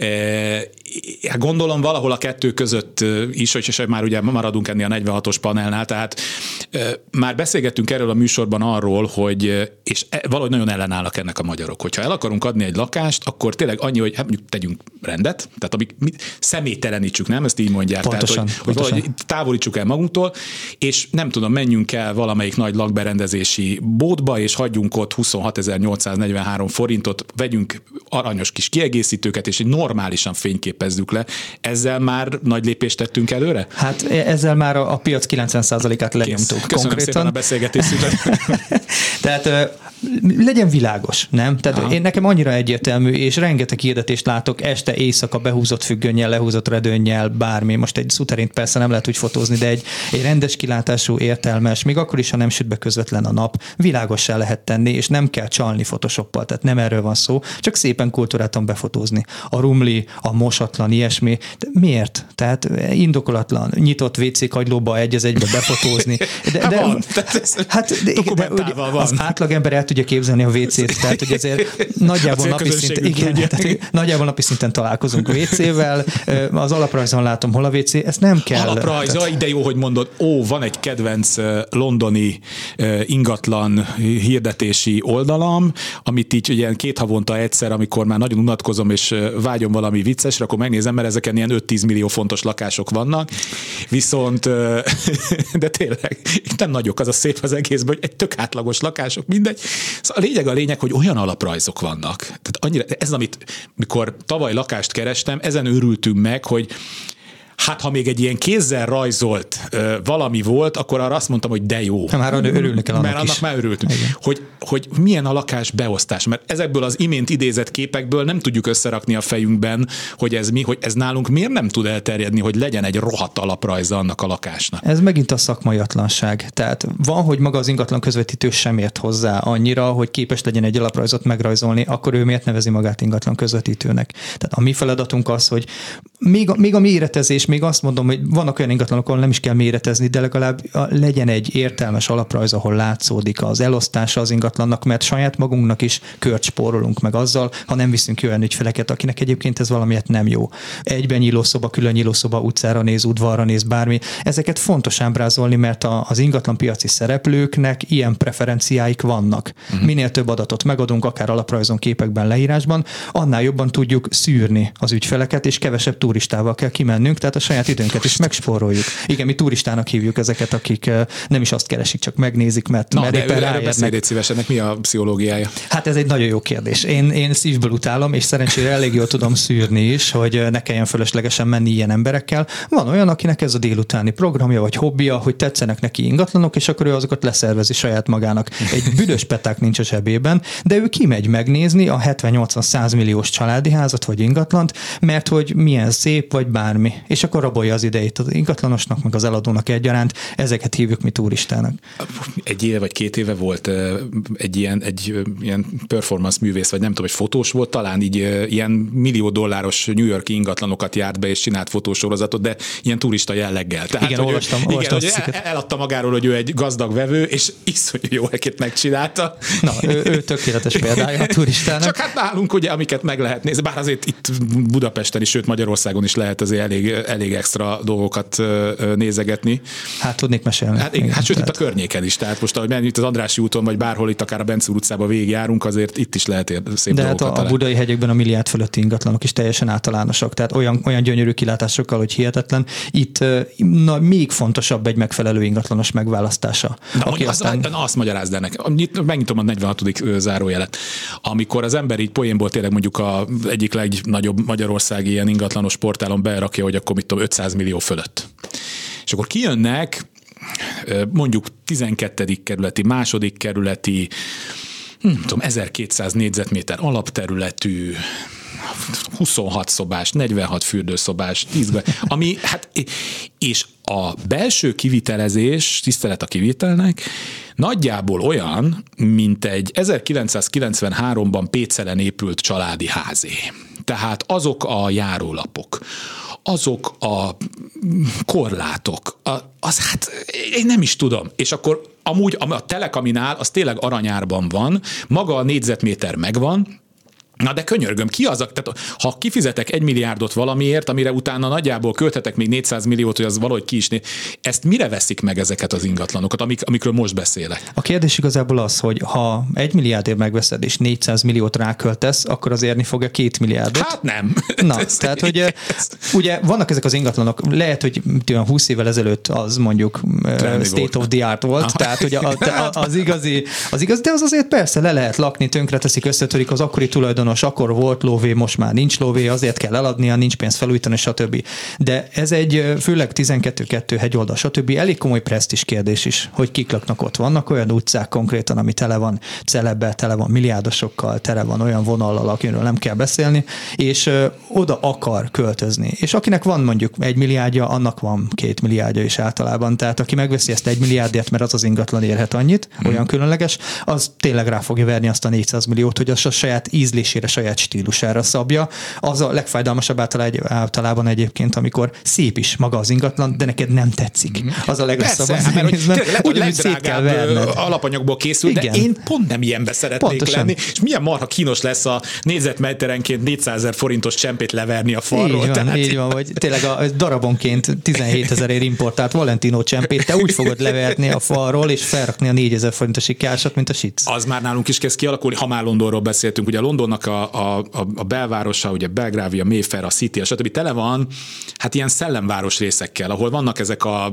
E, gondolom valahol a kettő között is, és már ugye maradunk ennél a negyvenhatos panelnál, tehát e, már beszélgettünk erről a műsorban arról, hogy és valahogy nagyon ellenállnak ennek a magyarok. Hogyha el akarunk adni egy lakást, akkor tényleg annyi, hogy hát mondjuk tegyünk rendet, tehát amik személytelenítsük, nem? Ezt így mondják. Pontosan, tehát, hogy, pontosan. hogy távolítsuk el magunktól, és nem tudom, menjünk el valamelyik nagy lakberendezési bódba, és hagyjunk ott huszonhatezer-nyolcszáznegyvenhárom forintot, vegyünk aranyos kis kiegészítőket, és egy normálisan fényképezzük le. Ezzel már nagy lépést tettünk előre? Hát ezzel már a, a piac kilencven százalékát lenyomtuk. Köszönöm konkrétan. Szépen a beszélgetésüket. Tehát legyen világos, nem? Tehát Aha. én nekem annyira egyértelmű, és rengeteg hirdetést látok, este, éjszaka behúzott függönnyel, lehúzott redőnnyel, bármi. Most egy szuterint persze nem lehet úgy fotózni, de egy, egy rendes kilátású, értelmes, még akkor is, ha nem süt be közvetlen a nap, világossá lehet tenni, és nem kell csalni photoshoppal, tehát nem erről van szó, csak szépen kultúráltan befotózni. A rumli, a mosatlan, ilyesmi. De miért? Tehát indokolatlan, nyitott vé cé kagylóba egy az egybe befotózni. De, de, van. Hát, de, de, de, van. Az átlagember el tudja képzelni a vé cét, tehát hogy ezért nagyjából napi szinten, igen, tehát, nagyjából napi szinten találkozunk vé cével, az alaprajzon látom, hol a vé cé, ezt nem kell. Alaprajz, tehát... de jó, hogy mondod, ó, van egy kedvenc londoni ingatlan hirdetési oldalam, amit így ilyen két havonta egyszer, amikor már nagyon unatkozom, és vágyom valami viccesre, akkor megnézem, mert ezeken ilyen öt-tíz millió fontos lakások vannak, viszont de tényleg nem nagyok, az a szép az egészben, hogy egy tök átlagos lakások, mindegy. Szóval a lényeg a lényeg, hogy olyan alaprajzok vannak. Tehát annyira, ez, amit mikor tavaly lakást kerestem, ezen őrültünk meg, hogy Hát, ha még egy ilyen kézzel rajzolt ö, valami volt, akkor arra azt mondtam, hogy de jó. Már örülni kell annak Mert annak is. már örültünk. Hogy, hogy milyen a lakás beosztás. Mert ezekből az imént idézett képekből nem tudjuk összerakni a fejünkben, hogy ez mi, hogy ez nálunk miért nem tud elterjedni, hogy legyen egy rohadt alaprajza annak a lakásnak. Ez megint a szakmaiatlanság. Tehát van, hogy maga az ingatlan közvetítő sem ért hozzá annyira, hogy képes legyen egy alaprajzot megrajzolni, akkor ő miért nevezi magát ingatlan közvetítőnek. Tehát a mi feladatunk az, hogy még a, még a méretezés, még azt mondom, hogy vannak olyan ingatlanok, ahol nem is kell méretezni, de legalább legyen egy értelmes alaprajz, ahol látszódik az elosztása az ingatlannak, mert saját magunknak is kört spórolunk meg azzal, ha nem viszünk olyan ügyfeleket, akinek egyébként ez valamiért nem jó. Egyben nyílószoba, külön nyílószoba, utcára néz, udvarra néz, bármi. Ezeket fontos ábrázolni, mert a, az ingatlan piaci szereplőknek ilyen preferenciáik vannak. Uh-huh. Minél több adatot megadunk, akár alaprajzon, képekben, leírásban, annál jobban tudjuk szűrni az ügyfeleket, és kevesebb turistával kell kimennünk, tehát a saját időnket is megspóroljuk. Igen, mi turistának hívjuk ezeket, akik nem is azt keresik, csak megnézik, mert, Na, mert de éppen erről beszéljét szívesen, ennek mi a pszichológiája? Hát ez egy nagyon jó kérdés. Én, én szívből utálom, és szerencsére elég jól tudom szűrni is, hogy ne kelljen fölöslegesen menni ilyen emberekkel. Van olyan, akinek ez a délutáni programja, vagy hobbija, hogy tetszenek neki ingatlanok, és akkor ő azokat leszervezi saját magának. Egy büdös peták nincs a zsebében, de ő kimegy megnézni a hetven-nyolcvan-száz milliós családi házat, vagy ingatlant, mert hogy milyen szép, vagy bármi. És akkor rabolja az idejét az ingatlanosnak, meg az eladónak egyaránt. Ezeket hívjuk mi turistának. Egy éve vagy két éve volt egy ilyen, egy ilyen performance művész, vagy nem tudom, hogy fotós volt, talán így ilyen millió dolláros New York-i ingatlanokat járt be, és csinált fotósorozatot, de ilyen turista jelleggel. Tehát, igen, olvastam, ő, olvastam igen, hogy eladta magáról, hogy ő egy gazdag vevő, és iszonyú jó ekét megcsinálta. Na, ő, ő tökéletes példája a turistának. Csak hát nálunk ugye, amiket meg lehet nézni, bár azért itt Budapesten is, sőt Magyarországon is lehet azért elég, elég extra dolgokat nézegetni. Hát tudnék mesélni. Hát, igen, hát sőt, tehát... itt a környéken is. Tehát most, ahogy itt az Andrássy úton, vagy bárhol itt akár a Bence utcában végigjárunk, azért itt is lehet szép de dolgokat hát a, a budai hegyekben a milliárd fölötti ingatlanok is teljesen általánosak. Tehát olyan, olyan gyönyörű kilátásokkal, hogy hihetetlen. Itt na, még fontosabb egy megfelelő ingatlanos megválasztása. Na, aki azt, aztán... na, azt magyarázd el nekem. Megnyitom a negyvenhatodik zárójelet. Amikor az ember így poénból tényleg mondjuk a egyik legnagyobb magyarországi ilyen ingatlanos portálon berakja, hogy akkor mit tudom, ötszáz millió fölött. És akkor kijönnek mondjuk tizenkettedik kerületi, második kerületi, nem tudom, ezerkétszáz négyzetméter alapterületű, huszonhat szobás, negyvenhat fürdőszobás, tíz, ami hát, és a belső kivitelezés, tisztelet a kivitelnek, nagyjából olyan, mint egy ezerkilencszázkilencvenháromban Pécelen épült családi házé. Tehát azok a járólapok, azok a korlátok, a, az hát én nem is tudom. És akkor amúgy a Telekaminál az tényleg aranyárban van, maga a négyzetméter megvan. Na de könyörgöm, ki az, tehát ha kifizetek egy milliárdot valamiért, amire utána nagyjából költhetek még négyszáz milliót, hogy az valahogy ki is né... ezt mire veszik meg ezeket az ingatlanokat, amik, amikről most beszélek? A kérdés igazából az, hogy ha egy milliárdért megveszed és négyszáz milliót ráköltesz, akkor az érni fog-e két milliárdot? Hát nem. Na, tehát hogy ugye vannak ezek az ingatlanok, lehet, hogy olyan húsz évvel ezelőtt az mondjuk Trendi state volt. Of the art volt, ah. tehát hogy a, a, az igazi, az igazi, de az azért persze le lehet lakni, tönkreteszik, összetörik az akkori tulajdonos, akkor volt lóvé, most már nincs lóvé, azért kell eladnia, nincs pénz felújítani, stb. De ez egy főleg tizenkettő kettő hegyoldal, stb. Elég komoly presztízs kérdés is, hogy kik laknak ott. Vannak olyan utcák konkrétan, ami tele van celebbel, tele van milliárdosokkal, tele van olyan vonallal, akiről nem kell beszélni, és ö, oda akar költözni. És akinek van mondjuk egy milliárdja, annak van két milliárdja is általában. Tehát aki megveszi ezt egy milliárdért, mert az az ingatlan érhet annyit, hmm. olyan különleges, az tényleg rá fogja verni azt a négyszáz milliót, hogy az a saját ízlésére, saját stílusára szabja. Az a legfájdalmasabb általában egyébként, amikor szép is maga az ingatlan, de neked nem tetszik. Az a legrosszabb. Persze, mert hogy ugyanúgy szép kell verned. Alapanyagból készül, igen. De én pont nem ilyenbe szeretnék Pontosan. lenni, és milyen marha kínos lesz a négyzetméterenként négyszázezer forintos csempét leverni a falról. Így van, tehát... így van, vagy tényleg a darabonként tizenhétezerért importált Valentino csempét, te úgy fogod leverni a falról, és felrakni a négyezer forintos ikásat, mint a sic. Az már nálunk is kezd kialakulni, ha már Londonról beszéltünk. Ugye a Londonnak Londonnak a, a, a belvárosa, ugye Belgrávia, Mayfair, a City, stb. Tele van, hát ilyen szellemváros részekkel, ahol vannak ezek a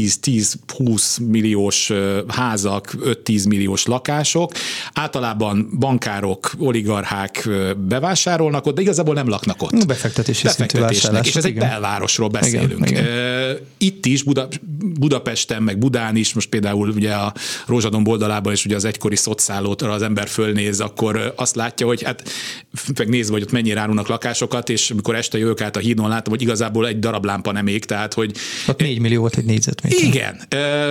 tíz-húsz milliós házak, öt-tíz milliós lakások, általában bankárok, oligarchák bevásárolnak ott, de igazából nem laknak ott. Befektetési Befektetésnek, és ez egy igen. belvárosról beszélünk. Igen, igen. Itt is, Buda, Budapesten, meg Budán is, most például ugye a Rózsadomb oldalában is ugye az egykori szocszállótra az ember fölnéz, akkor azt látja, hogy hát meg nézve, hogy ott mennyire árulnak lakásokat, és amikor este jövök át a hídon, látom, hogy igazából egy darab lámpa nem ég, tehát hogy... Ott négy millió volt egy négyzetméter. Igen,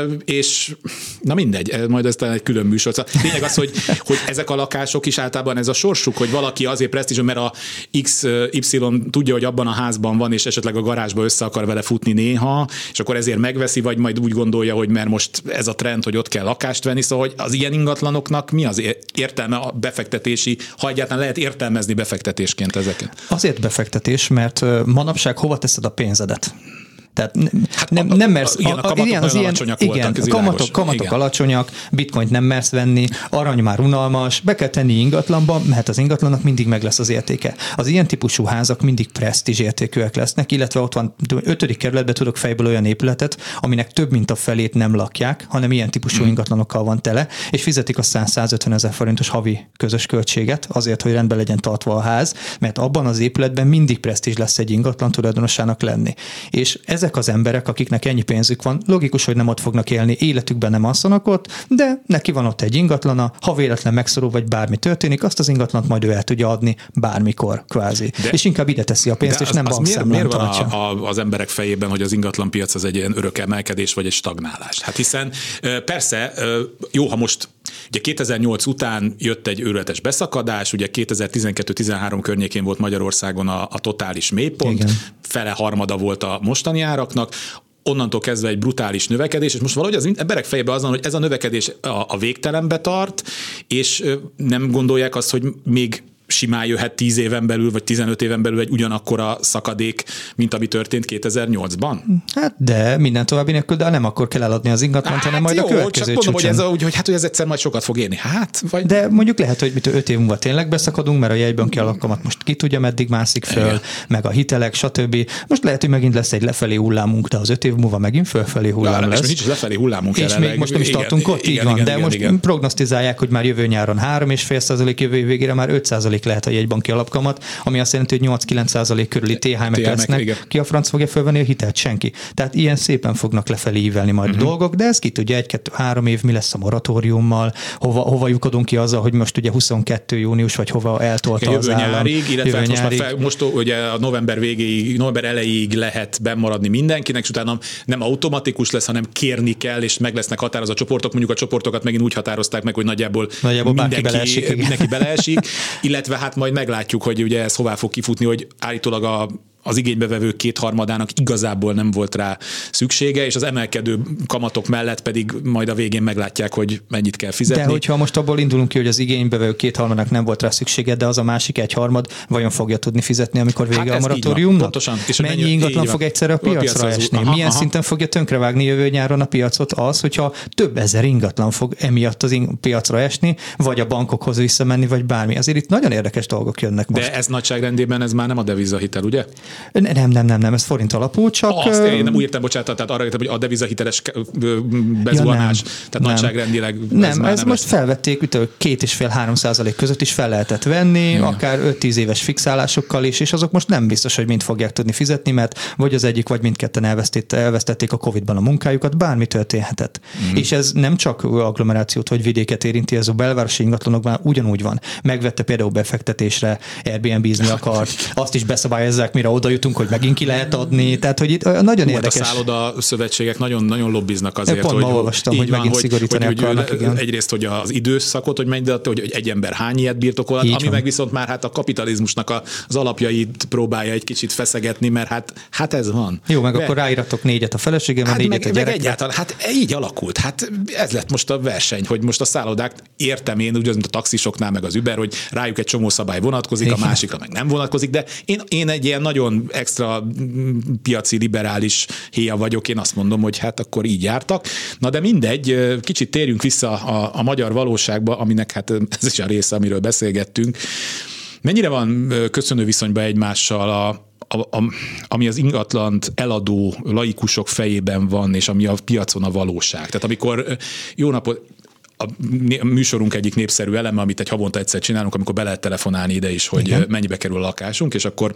és na mindegy, majd ez talán egy külön műsor. Lényeg az, hogy, hogy ezek a lakások is általában ez a sorsuk, hogy valaki azért presztízs, mert a iksz ipszilon tudja, hogy abban a házban van, és esetleg a garázsba össze akar vele futni néha, és akkor ezért megveszi, vagy majd úgy gondolja, hogy mert most ez a trend, hogy ott kell lakást venni, szóval hogy az ilyen ingatlanoknak mi az értelme a befektetési, ha egyáltalán lehet értelmezni befektetésként ezeket? Azért befektetés, mert manapság hova teszed a pénzedet? Tehát hát nem, nem mersz, igen, a kamatok igen, az ilyen, alacsonyak igen, voltak, a kamatok, kamatok igen. alacsonyak, bitcoint nem mersz venni, arany már unalmas, be kell tenni ingatlanba, mert az ingatlannak mindig meg lesz az értéke. Az ilyen típusú házak mindig presztízs értékűek lesznek, illetve ott van ötödik kerületben tudok fejből olyan épületet, aminek több mint a felét nem lakják, hanem ilyen típusú hmm. ingatlanokkal van tele, és fizetik a száz-százötven ezer forintos havi közös költséget azért, hogy rendben legyen tartva a ház, mert abban az épületben mindig presztízs lesz egy ingatlan tulajdonosának lenni. És ezek az emberek, akiknek ennyi pénzük van, logikus, hogy nem ott fognak élni, életükben nem alszanak ott, de neki van ott egy ingatlana, ha véletlen megszorul, vagy bármi történik, azt az ingatlant majd ő el tudja adni bármikor, kvázi. De, és inkább ide teszi a pénzt, és az, nem bankszámlán tartja. Miért van a, a, az emberek fejében, hogy az ingatlanpiac az egy ilyen örök emelkedés, vagy egy stagnálás? Hát hiszen persze, jó, ha most ugye kétezer-nyolc után jött egy őrületes beszakadás, ugye kétezer-tizenkettő-tizenhárom környékén volt Magyarországon a, a totális mélypont, igen. fele harmada volt a mostani áraknak, onnantól kezdve egy brutális növekedés, és most valahogy az emberek fejében az van, hogy ez a növekedés a, a végtelenbe tart, és nem gondolják azt, hogy még simán jöhet tíz éven belül, vagy tizenöt éven belül egy ugyanakkora szakadék, mint ami történt kétezer-nyolcban? Hát de minden további nélkül, de nem akkor kell eladni az ingatlant, hát hanem majd jó, a következő csak mondom, hogy ez, a, hogy, hogy, hát, hogy ez egyszer majd sokat fog érni. Hát, vagy... De mondjuk lehet, hogy mit öt év múlva tényleg beszakadunk, mert a jegybanki alakamat most ki tudja, meddig mászik föl, igen. meg a hitelek, stb. Most lehet, hogy megint lesz egy lefelé hullámunk, de az öt év múlva megint fölfelé hullám ja, lesz. És nincs lefelé hullámunk és jelenleg. még most nem is igen, tartunk ott, igen, így van. Igen, de igen, most igen. prognosztizálják, hogy már jövő nyáron három egész öt százalék, jövő végére már öt százalék lehet a jegybanki alapkamat, ami azt jelenti, hogy nyolc-kilenc százalék körüli té há em-ek lesznek. Igen. Ki a franc fogja fölvenni a hitelt? Senki. Tehát ilyen szépen fognak lefelé ívelni majd uh-huh. a dolgok, de ez ki tudja, egy-kettő-három év mi lesz a moratóriummal, hova, hova lyukadunk ki azzal, hogy most ugye huszonkettő június, vagy hova eltolta az állam. Nyárig, illetve jövő nyárig. Most, most ugye a november végéig, november elejéig lehet bemaradni mindenkinek, és utána nem automatikus lesz, hanem kérni kell, és meg lesznek határozott csoportok. Mondjuk a csoportokat megint úgy határozták meg, hogy nagyjából, nagyjából mindenki beleesik, mindenki beleesik, illetve hát majd meglátjuk, hogy ugye ez hová fog kifutni, hogy állítólag a az igénybevevők kétharmadának igazából nem volt rá szüksége, és az emelkedő kamatok mellett pedig majd a végén meglátják, hogy mennyit kell fizetni. De hogyha most abból indulunk ki, hogy az igénybevevők kétharmadának nem volt rá szüksége, de az a másik egyharmad vajon fogja tudni fizetni, amikor vége hát a moratóriumnak? Pontosan. És mennyi mennyi ingatlan fog egyszerre a piacra, a piacra esni? Aha, Milyen aha. szinten fogja tönkrevágni jövő nyáron a piacot az, hogyha több ezer ingatlan fog emiatt az in- piacra esni, vagy a bankokhoz visszamenni, vagy bármi. Azért itt nagyon érdekes dolgok jönnek most. De ez nagyságrendében ez már nem a devizahitel, ugye? Nem, nem, nem, nem, ez forint alapú, csak... Azt én nem úgy értem, bocsánat, tehát arra értem, hogy a devizahiteles bezuhanás, ja, tehát nem, nagyságrendileg... Nem, ez, ez nem most lesz. Felvették, ütő, két és fél három százalék között is fel lehetett venni, igen. akár öt-tíz éves fixálásokkal is, és azok most nem biztos, hogy mind fogják tudni fizetni, mert vagy az egyik, vagy mindketten elvesztették a Covid-ban a munkájukat, bármi történhetett. Mm. És ez nem csak agglomerációt vagy vidéket érinti, ez a belvárosi ingatlanokban ugyanúgy van. Megvette például befektetésre, Airbnb-zni akart, azt is beszabályozzák, mire oda jutunk, hogy megint ki lehet adni, tehát hogy itt nagyon Hú, érdekes. A szálloda szövetségek nagyon, nagyon lobbiznak azért, pont hogy... Pont ma olvastam, hogy megint szigorítani hogy, akarnak, hogy, igen. Egyrészt, hogy az időszakot, hogy mennyi, hogy egy ember hány ilyet birtokol, ami van. Meg viszont már hát a kapitalizmusnak az alapjait próbálja egy kicsit feszegetni, mert hát, hát ez van. Jó, meg De... akkor ráíratok négyet a feleségem, hát négyet meg, a gyerek. Meg egyáltalán, hát így alakult. Hát ez lett most a verseny, hogy most a szállodák, értem én, ugye, mint a taxisoknál, meg az Uber, hogy rájuk egy csomó szabály vonatkozik, igen. a másikra meg nem vonatkozik, de én, én egy ilyen nagyon extra piaci liberális héja vagyok, én azt mondom, hogy hát akkor így jártak. Na de mindegy, kicsit térjünk vissza a, a magyar valóságba, aminek hát ez is a része, amiről beszélgettünk. Mennyire van köszönő viszonyban egymással a A, a, ami az ingatlant eladó laikusok fejében van, és ami a piacon a valóság. Tehát amikor jó napot, a műsorunk egyik népszerű eleme, amit egy havonta egyszer csinálunk, amikor be lehet telefonálni ide is, hogy igen, mennyibe kerül a lakásunk, és akkor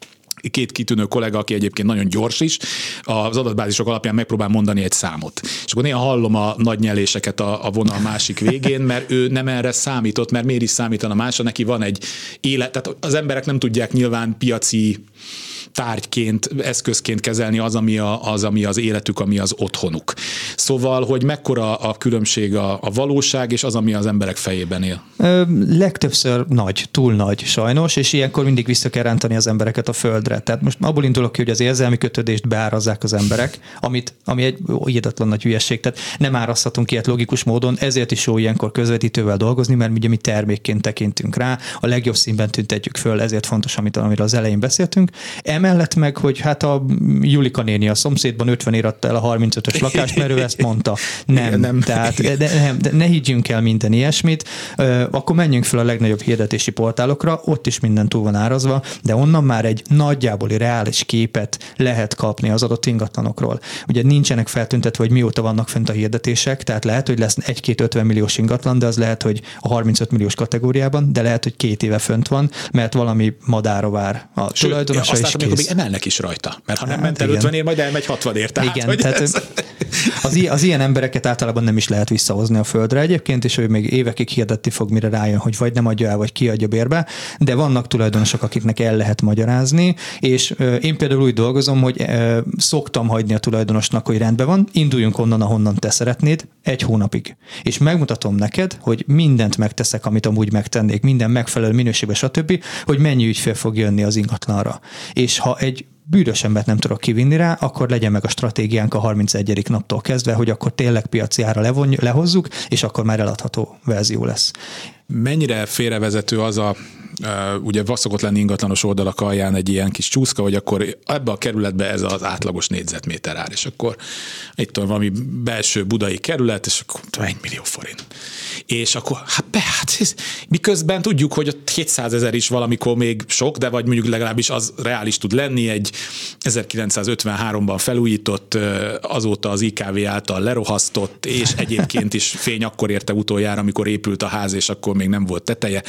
két kitűnő kollega, aki egyébként nagyon gyors is, az adatbázisok alapján megpróbál mondani egy számot. És akkor néha hallom a nagy nyeléseket a, a vonal másik végén, mert ő nem erre számított, mert miért is számítana másra, neki van egy élet, tehát az emberek nem tudják nyilván piaci tárgyként, eszközként kezelni az, ami, a, az, ami az életük, ami az otthonuk. Szóval, hogy mekkora a különbség a, a valóság és az, ami az emberek fejében él? Ö, legtöbbször nagy, túl nagy sajnos, és ilyenkor mindig vissza kell rántani az embereket a földre. Tehát most abból indulok ki, hogy az érzelmi kötődést beárazzák az emberek, amit, ami egy hihetetlen nagy hülyeség. Tehát nem árazhatunk ilyet logikus módon, ezért is jó ilyenkor közvetítővel dolgozni, mert ugye mi termékként tekintünk rá, a legjobb színben tüntetjük föl, ezért fontos, amit, amiről az elején beszéltünk. Emellett meg, hogy hát a Julika néni a szomszédban ötven íratta el a harmincötös lakást, mert ő ezt mondta. Nem, igen, nem. Tehát de, de, nem, de ne higgyünk el minden ilyesmit, akkor menjünk fel a legnagyobb hirdetési portálokra, ott is minden túl van árazva, de onnan már egy nagyjából reális képet lehet kapni az adott ingatlanokról. Ugye nincsenek feltüntetve, hogy mióta vannak fent a hirdetések, tehát lehet, hogy lesz egy-két ötven milliós ingatlan, de az lehet, hogy a harmincöt milliós kategóriában, de lehet, hogy két éve fönt van, mert valami madára vár a tulajdonosa is kész. Még emelnek is rajta, mert ha nem hát ment el ötven ér, majd elmegy hatvan ér. Tehát, igen, tehát ez... az, az ilyen embereket általában nem is lehet visszahozni a földre egyébként, és ő még évekig hirdetni fog, mire rájön, hogy vagy nem adja el, vagy kiadja bérbe, de vannak tulajdonosok, akiknek el lehet magyarázni, és én például úgy dolgozom, hogy szoktam hagyni a tulajdonosnak, hogy rendben van, induljunk onnan, ahonnan te szeretnéd, egy hónapig. És megmutatom neked, hogy mindent megteszek, amit amúgy megtennék, minden megfelelő minőségben, stb., hogy mennyi ügyfél fog jönni az ingatlanra. És ha egy bűnös embert nem tudok kivinni rá, akkor legyen meg a stratégiánk a harmincegyedik naptól kezdve, hogy akkor tényleg piaci ára levonj, lehozzuk, és akkor már eladható verzió lesz. Mennyire félrevezető az a, uh, ugye szokott lenni ingatlanos oldalak alján egy ilyen kis csúszka, hogy akkor ebbe a kerületbe ez az átlagos négyzetméter ár, és akkor itt van valami belső budai kerület, és akkor egy millió forint. És akkor, hát be, hát ez, miközben tudjuk, hogy ott hétszázezer is valamikor még sok, de vagy mondjuk legalábbis az reális tud lenni, egy ezerkilencszázötvenháromban felújított, azóta az i ká vé által lerohasztott, és egyébként is fény akkor érte utoljára, amikor épült a ház, és akkor még nem volt teteje.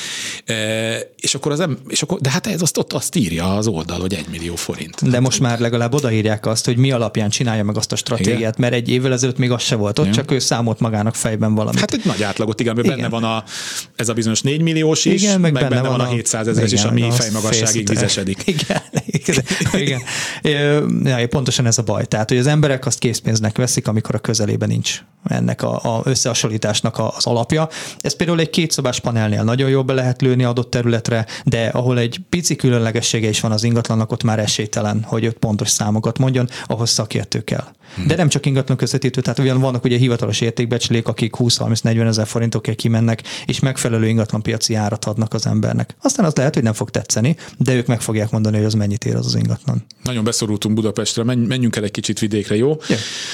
E, és akkor az em, és akkor, de hát ez azt, ott azt írja az oldal, hogy egy millió forint. De hát, most már legalább odaírják azt, hogy mi alapján csinálja meg azt a stratégiát, igen, mert egy évvel ezelőtt még az se volt ott, igen, csak ő számolt magának fejben valamit. Hát egy nagy átlagot, igen, igen, benne van a, ez a bizonyos négy milliós is, igen, meg, meg benne, benne van a hétszázezeres is, ami fejmagasságig vizesedik. Igen, igen, igen. Ja, pontosan ez a baj. Tehát, hogy az emberek azt készpénznek veszik, amikor a közelében nincs ennek a, a összehasonlításnak az alapja. Ez például egy kétszobás panelnél nagyon jól be lehet lőni adott területre, de ahol egy pici különlegessége is van az ingatlannak, ott már esélytelen, hogy ott pontos számokat mondjon, ahhoz szakértő kell. Hmm. De nem csak ingatlan közvetítő, tehát ugyan vannak ugye hivatalos értékbecslék, akik húsz-harminc-negyven ezer forintokért kimennek, és megfelelő ingatlanpiaci árat adnak az embernek. Aztán az lehet, hogy nem fog tetszeni, de ők meg fogják mondani, hogy az mennyit ér az az ingatlan. Nagyon beszorultunk Budapestre, menjünk el egy kicsit vidékre, jó? Ja.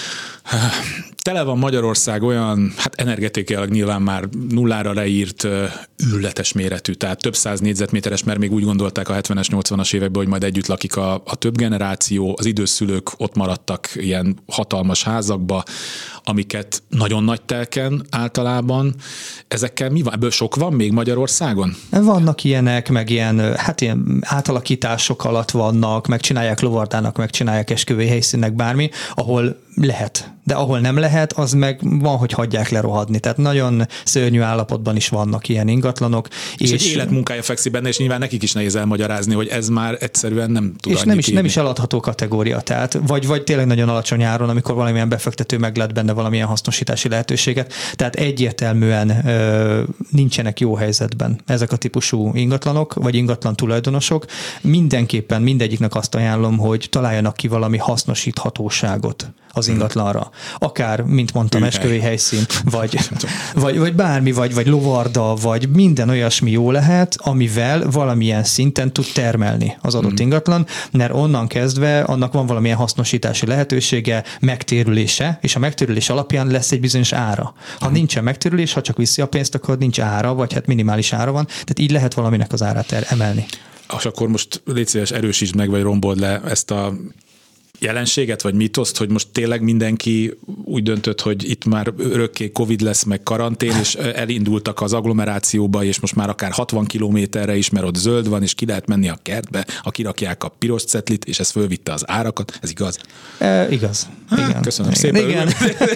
Tele van Magyarország olyan, hát energetikailag nyilván már nullára leírt űrletes méretű, tehát több száz négyzetméteres, mert még úgy gondolták a hetvenes, nyolcvanas években, hogy majd együtt lakik a, a több generáció, az időszülők ott maradtak ilyen hatalmas házakba, amiket nagyon nagy telken általában. Ezekkel mi van? Ebből sok van még Magyarországon? Vannak ilyenek, meg ilyen, hát ilyen átalakítások alatt vannak, megcsinálják lovardának, megcsinálják esküvői helyszínnek bármi, ahol lehet. De ahol nem lehet, az meg van, hogy hagyják lerohadni. Tehát nagyon szörnyű állapotban is vannak ilyen ingatlanok. És, és egy életmunkája fekszik benne, és nyilván nekik is nehéz elmagyarázni, hogy ez már egyszerűen nem tud és nem is, nem is eladható kategória. Tehát vagy, vagy tényleg nagyon alacsony áron, amikor valamilyen befektető meglát benne valamilyen hasznosítási lehetőséget. Tehát egyértelműen ö, nincsenek jó helyzetben ezek a típusú ingatlanok, vagy ingatlan tulajdonosok. Mindenképpen mindegyiknek azt ajánlom, hogy találjanak ki valami hasznosíthatóságot az ingatlanra. Akár, mint mondtam, esküvői helyszín, vagy, vagy, vagy bármi, vagy, vagy lovarda, vagy minden olyasmi jó lehet, amivel valamilyen szinten tud termelni az adott mm. ingatlan, mert onnan kezdve annak van valamilyen hasznosítási lehetősége, megtérülése, és a megtérülés alapján lesz egy bizonyos ára. Ha mm. nincsen megtérülés, ha csak viszi a pénzt, akkor nincs ára, vagy hát minimális ára van, tehát így lehet valaminek az árát emelni. És akkor most légy szíves, erősítsd meg, vagy rombold le ezt a jelenséget, vagy mitoszt, hogy most tényleg mindenki úgy döntött, hogy itt már örökké Covid lesz, meg karantén, és elindultak az agglomerációba, és most már akár hatvan kilométerre is, mert ott zöld van, és ki lehet menni a kertbe, ha kirakják a piros cetlit, és ez fölvitte az árakat. Ez igaz? E, igaz. Há, igen. Köszönöm igen. szépen. Igen.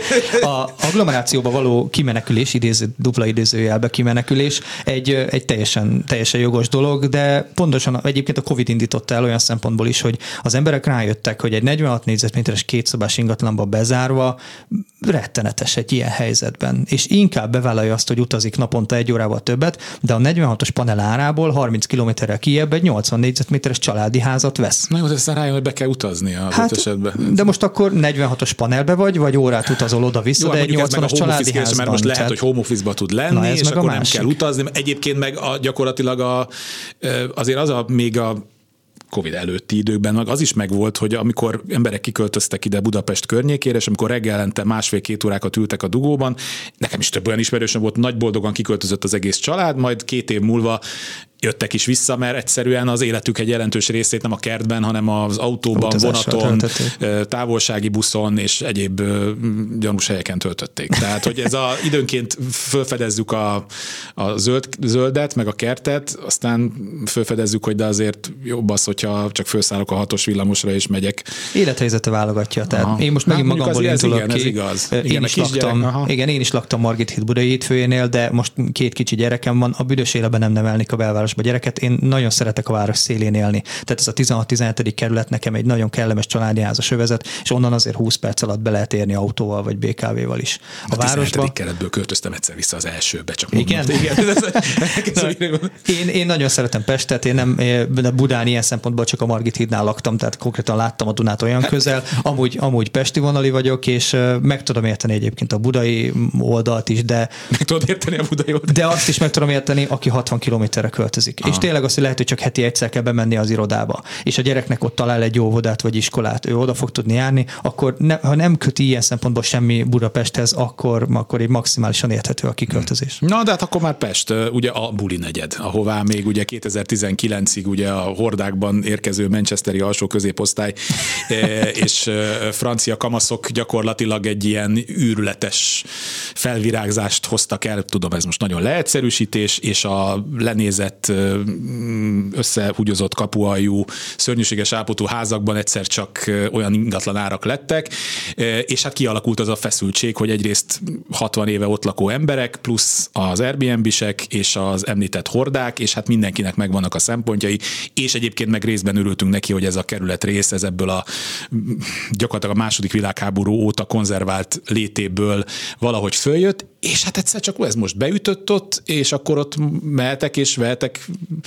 A agglomerációba való kimenekülés, idéző, dupla idézőjelbe kimenekülés egy, egy teljesen, teljesen jogos dolog, de pontosan egyébként a Covid indította el olyan szempontból is, hogy az emberek rájöttek, hogy egy negyvenhat négyzetméteres kétszobás ingatlanba bezárva rettenetes egy ilyen helyzetben. És inkább bevállalja azt, hogy utazik naponta egy órával többet, de a negyvenhatos panel árából harminc kilométerrel kijebb egy nyolcvan négyzetméteres családi házat vesz. Na jó, de aztán rájön, hogy be kell utazni a hát, esetben. De most akkor negyvenhatos panelbe vagy, vagy órát utazol oda-vissza, jó, de egy nyolcvanas családi házban. Mert most lehet, tehát... hogy home office-ba tud lenni, na, és akkor nem kell utazni. Egyébként meg a, gyakorlatilag a, azért az a még a Covid előtti időkben meg az is megvolt, hogy amikor emberek kiköltöztek ide Budapest környékére, és amikor reggelente másfél-két órákat ültek a dugóban, nekem is több olyan ismerősöm volt, nagy boldogan kiköltözött az egész család, majd két év múlva jöttek is vissza, mert egyszerűen az életük egy jelentős részét nem a kertben, hanem az autóban, vonaton, töltötték. Távolsági buszon és egyéb gyanús helyeken töltötték. Tehát, hogy ez a, időnként felfedezzük a, a zöld, zöldet, meg a kertet, aztán felfedezzük, hogy de azért jobb az, hogyha csak felszállok a hatos villamosra és megyek. Élethelyzete válogatja. Tehát aha. Én most megint Na, magamból indulok igen, ki. Ez igaz. Én, igen, is laktam, igen, én is laktam Margit híd Budai hétfőjénél, de most két kicsi gyerekem van, a büdös életben nem nevelnék a belváros gyereket, én nagyon szeretek a város szélén élni. Tehát ez a tizenhat-tizenhetedik kerület nekem egy nagyon kellemes családi házas övezet, és onnan azért húsz perc alatt be lehet érni autóval vagy bé ká véval is. A, a városba keretből költöztem egyszer vissza az elsőbe, csak igen. Igen. én, én nagyon szeretem Pestet, én nem Budán ilyen szempontból csak a Margit hídnál laktam, tehát konkrétan láttam a Dunát olyan közel. Amúgy, amúgy pesti vonali vagyok, és meg tudom érteni egyébként a budai oldalt is, de meg tudod érteni a budai oldalt. De azt is meg tudom érteni, aki hatvan kilométerre költözik. Aha. És tényleg az, hogy lehet, hogy csak heti egyszer kell bemenni az irodába, és a gyereknek ott talál egy óvodát vagy iskolát, ő oda fog tudni járni, akkor ne, ha nem köti ilyen szempontból semmi Budapesthez, akkor, akkor egy maximálisan érthető a kiköltözés. Na, de hát akkor már Pest, ugye a buli negyed, ahová még ugye kétezer-tizenkilencig ugye a hordákban érkező manchesteri alsó középosztály és francia kamaszok gyakorlatilag egy ilyen űrletes felvirágzást hoztak el, tudom, ez most nagyon leegyszerűsítés, és a lenézett, összehugyozott kapualjú, szörnyűséges állapotú házakban egyszer csak olyan ingatlan árak lettek, és hát kialakult az a feszültség, hogy egyrészt hatvan éve ott lakó emberek, plusz az Airbnb-sek és az említett hordák, és hát mindenkinek megvannak a szempontjai, és egyébként meg részben örültünk neki, hogy ez a kerület rész, ez ebből a gyakorlatilag a második világháború óta konzervált létéből valahogy följött, és hát egyszer csak ez most beütött ott, és akkor ott mehetek és vehetek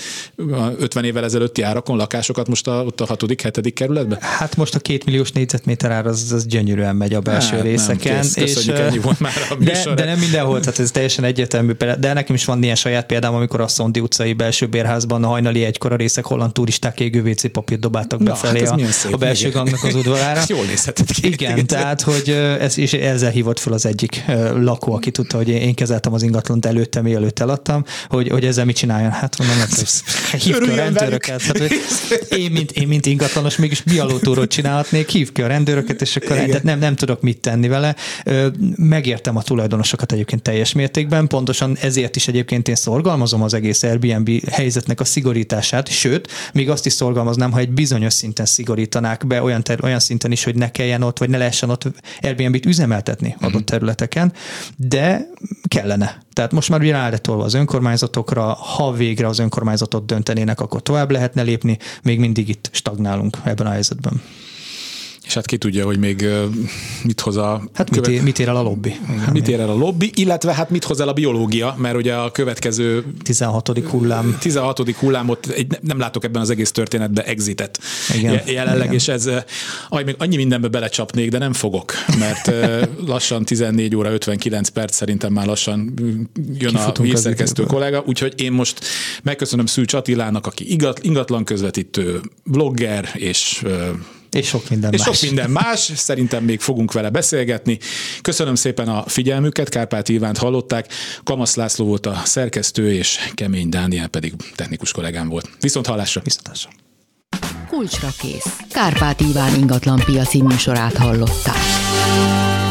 ötven évvel ezelőtti árakon lakásokat most a, ott a hatodik, hetedik kerületben? Hát most a két milliós négyzetméter ár az, az gyönyörűen megy a belső hát, részeken. Nem, kész, és, ennyi volt már a de, de nem mindenhol, tehát ez teljesen egyértelmű. De nekem is van ilyen saját példám, amikor a Szondi utcai belső bérházban a hajnali egykor a részek holland turisták égő vé cé papírt dobáltak befelé hát a, a belső gangnak az udvarára. Jól nézhetett ki. Igen, tehát hogy ez, és ezzel hívott fel az egyik lakó, aki tudta, hogy én kezeltem az ingatlant előtte, mielőtt eladtam, hogy, hogy ezzel mit csináljon. Hát mondom, hogy hívd ki a rendőröket. Hát, én, mint, én, mint ingatlanos, mégis bialótórót csinálhatnék, hívd ki a rendőröket, és akkor nem, nem tudok mit tenni vele. Megértem a tulajdonosokat egyébként teljes mértékben, pontosan ezért is egyébként én szorgalmazom az egész Airbnb helyzetnek a szigorítását, sőt, még azt is szorgalmaznám, ha egy bizonyos szinten szigorítanák be olyan, ter- olyan szinten is, hogy ne kelljen ott, vagy ne lehessen ott Airbnb-t üzemeltetni adott területeken, de kellene. Tehát most már ugye rá lett tolva az önkormányzatokra, ha végre az önkormányzatot döntenének, akkor tovább lehetne lépni, még mindig itt stagnálunk ebben a helyzetben. És hát ki tudja, hogy még mit hoz a... Hát követ... mit, ér, mit ér el a lobby. Igen, mit ér el a lobby, illetve hát mit hoz el a biológia, mert ugye a következő... tizenhatodik hullám. tizenhatodik hullámot, egy, nem látok ebben az egész történetben exitet igen, jelenleg, igen. És ez, aj, még annyi mindenbe belecsapnék, de nem fogok, mert lassan tizennégy óra ötvenkilenc perc, szerintem már lassan jön Kifutunk a hírszerkesztő kollega, úgyhogy én most megköszönöm Szűcs Attilának, aki ingatlan közvetítő, blogger, és És sok minden és más. sok minden más, szerintem még fogunk vele beszélgetni. Köszönöm szépen a figyelmüket, Kárpáti Ivánt hallották, Kamasz László volt a szerkesztő, és Kemény Dániel pedig technikus kollégám volt. Viszont hallásra! Viszont hallásra! Kulcsra kész. Kárpáti Iván ingatlan piaci műsorát hallották.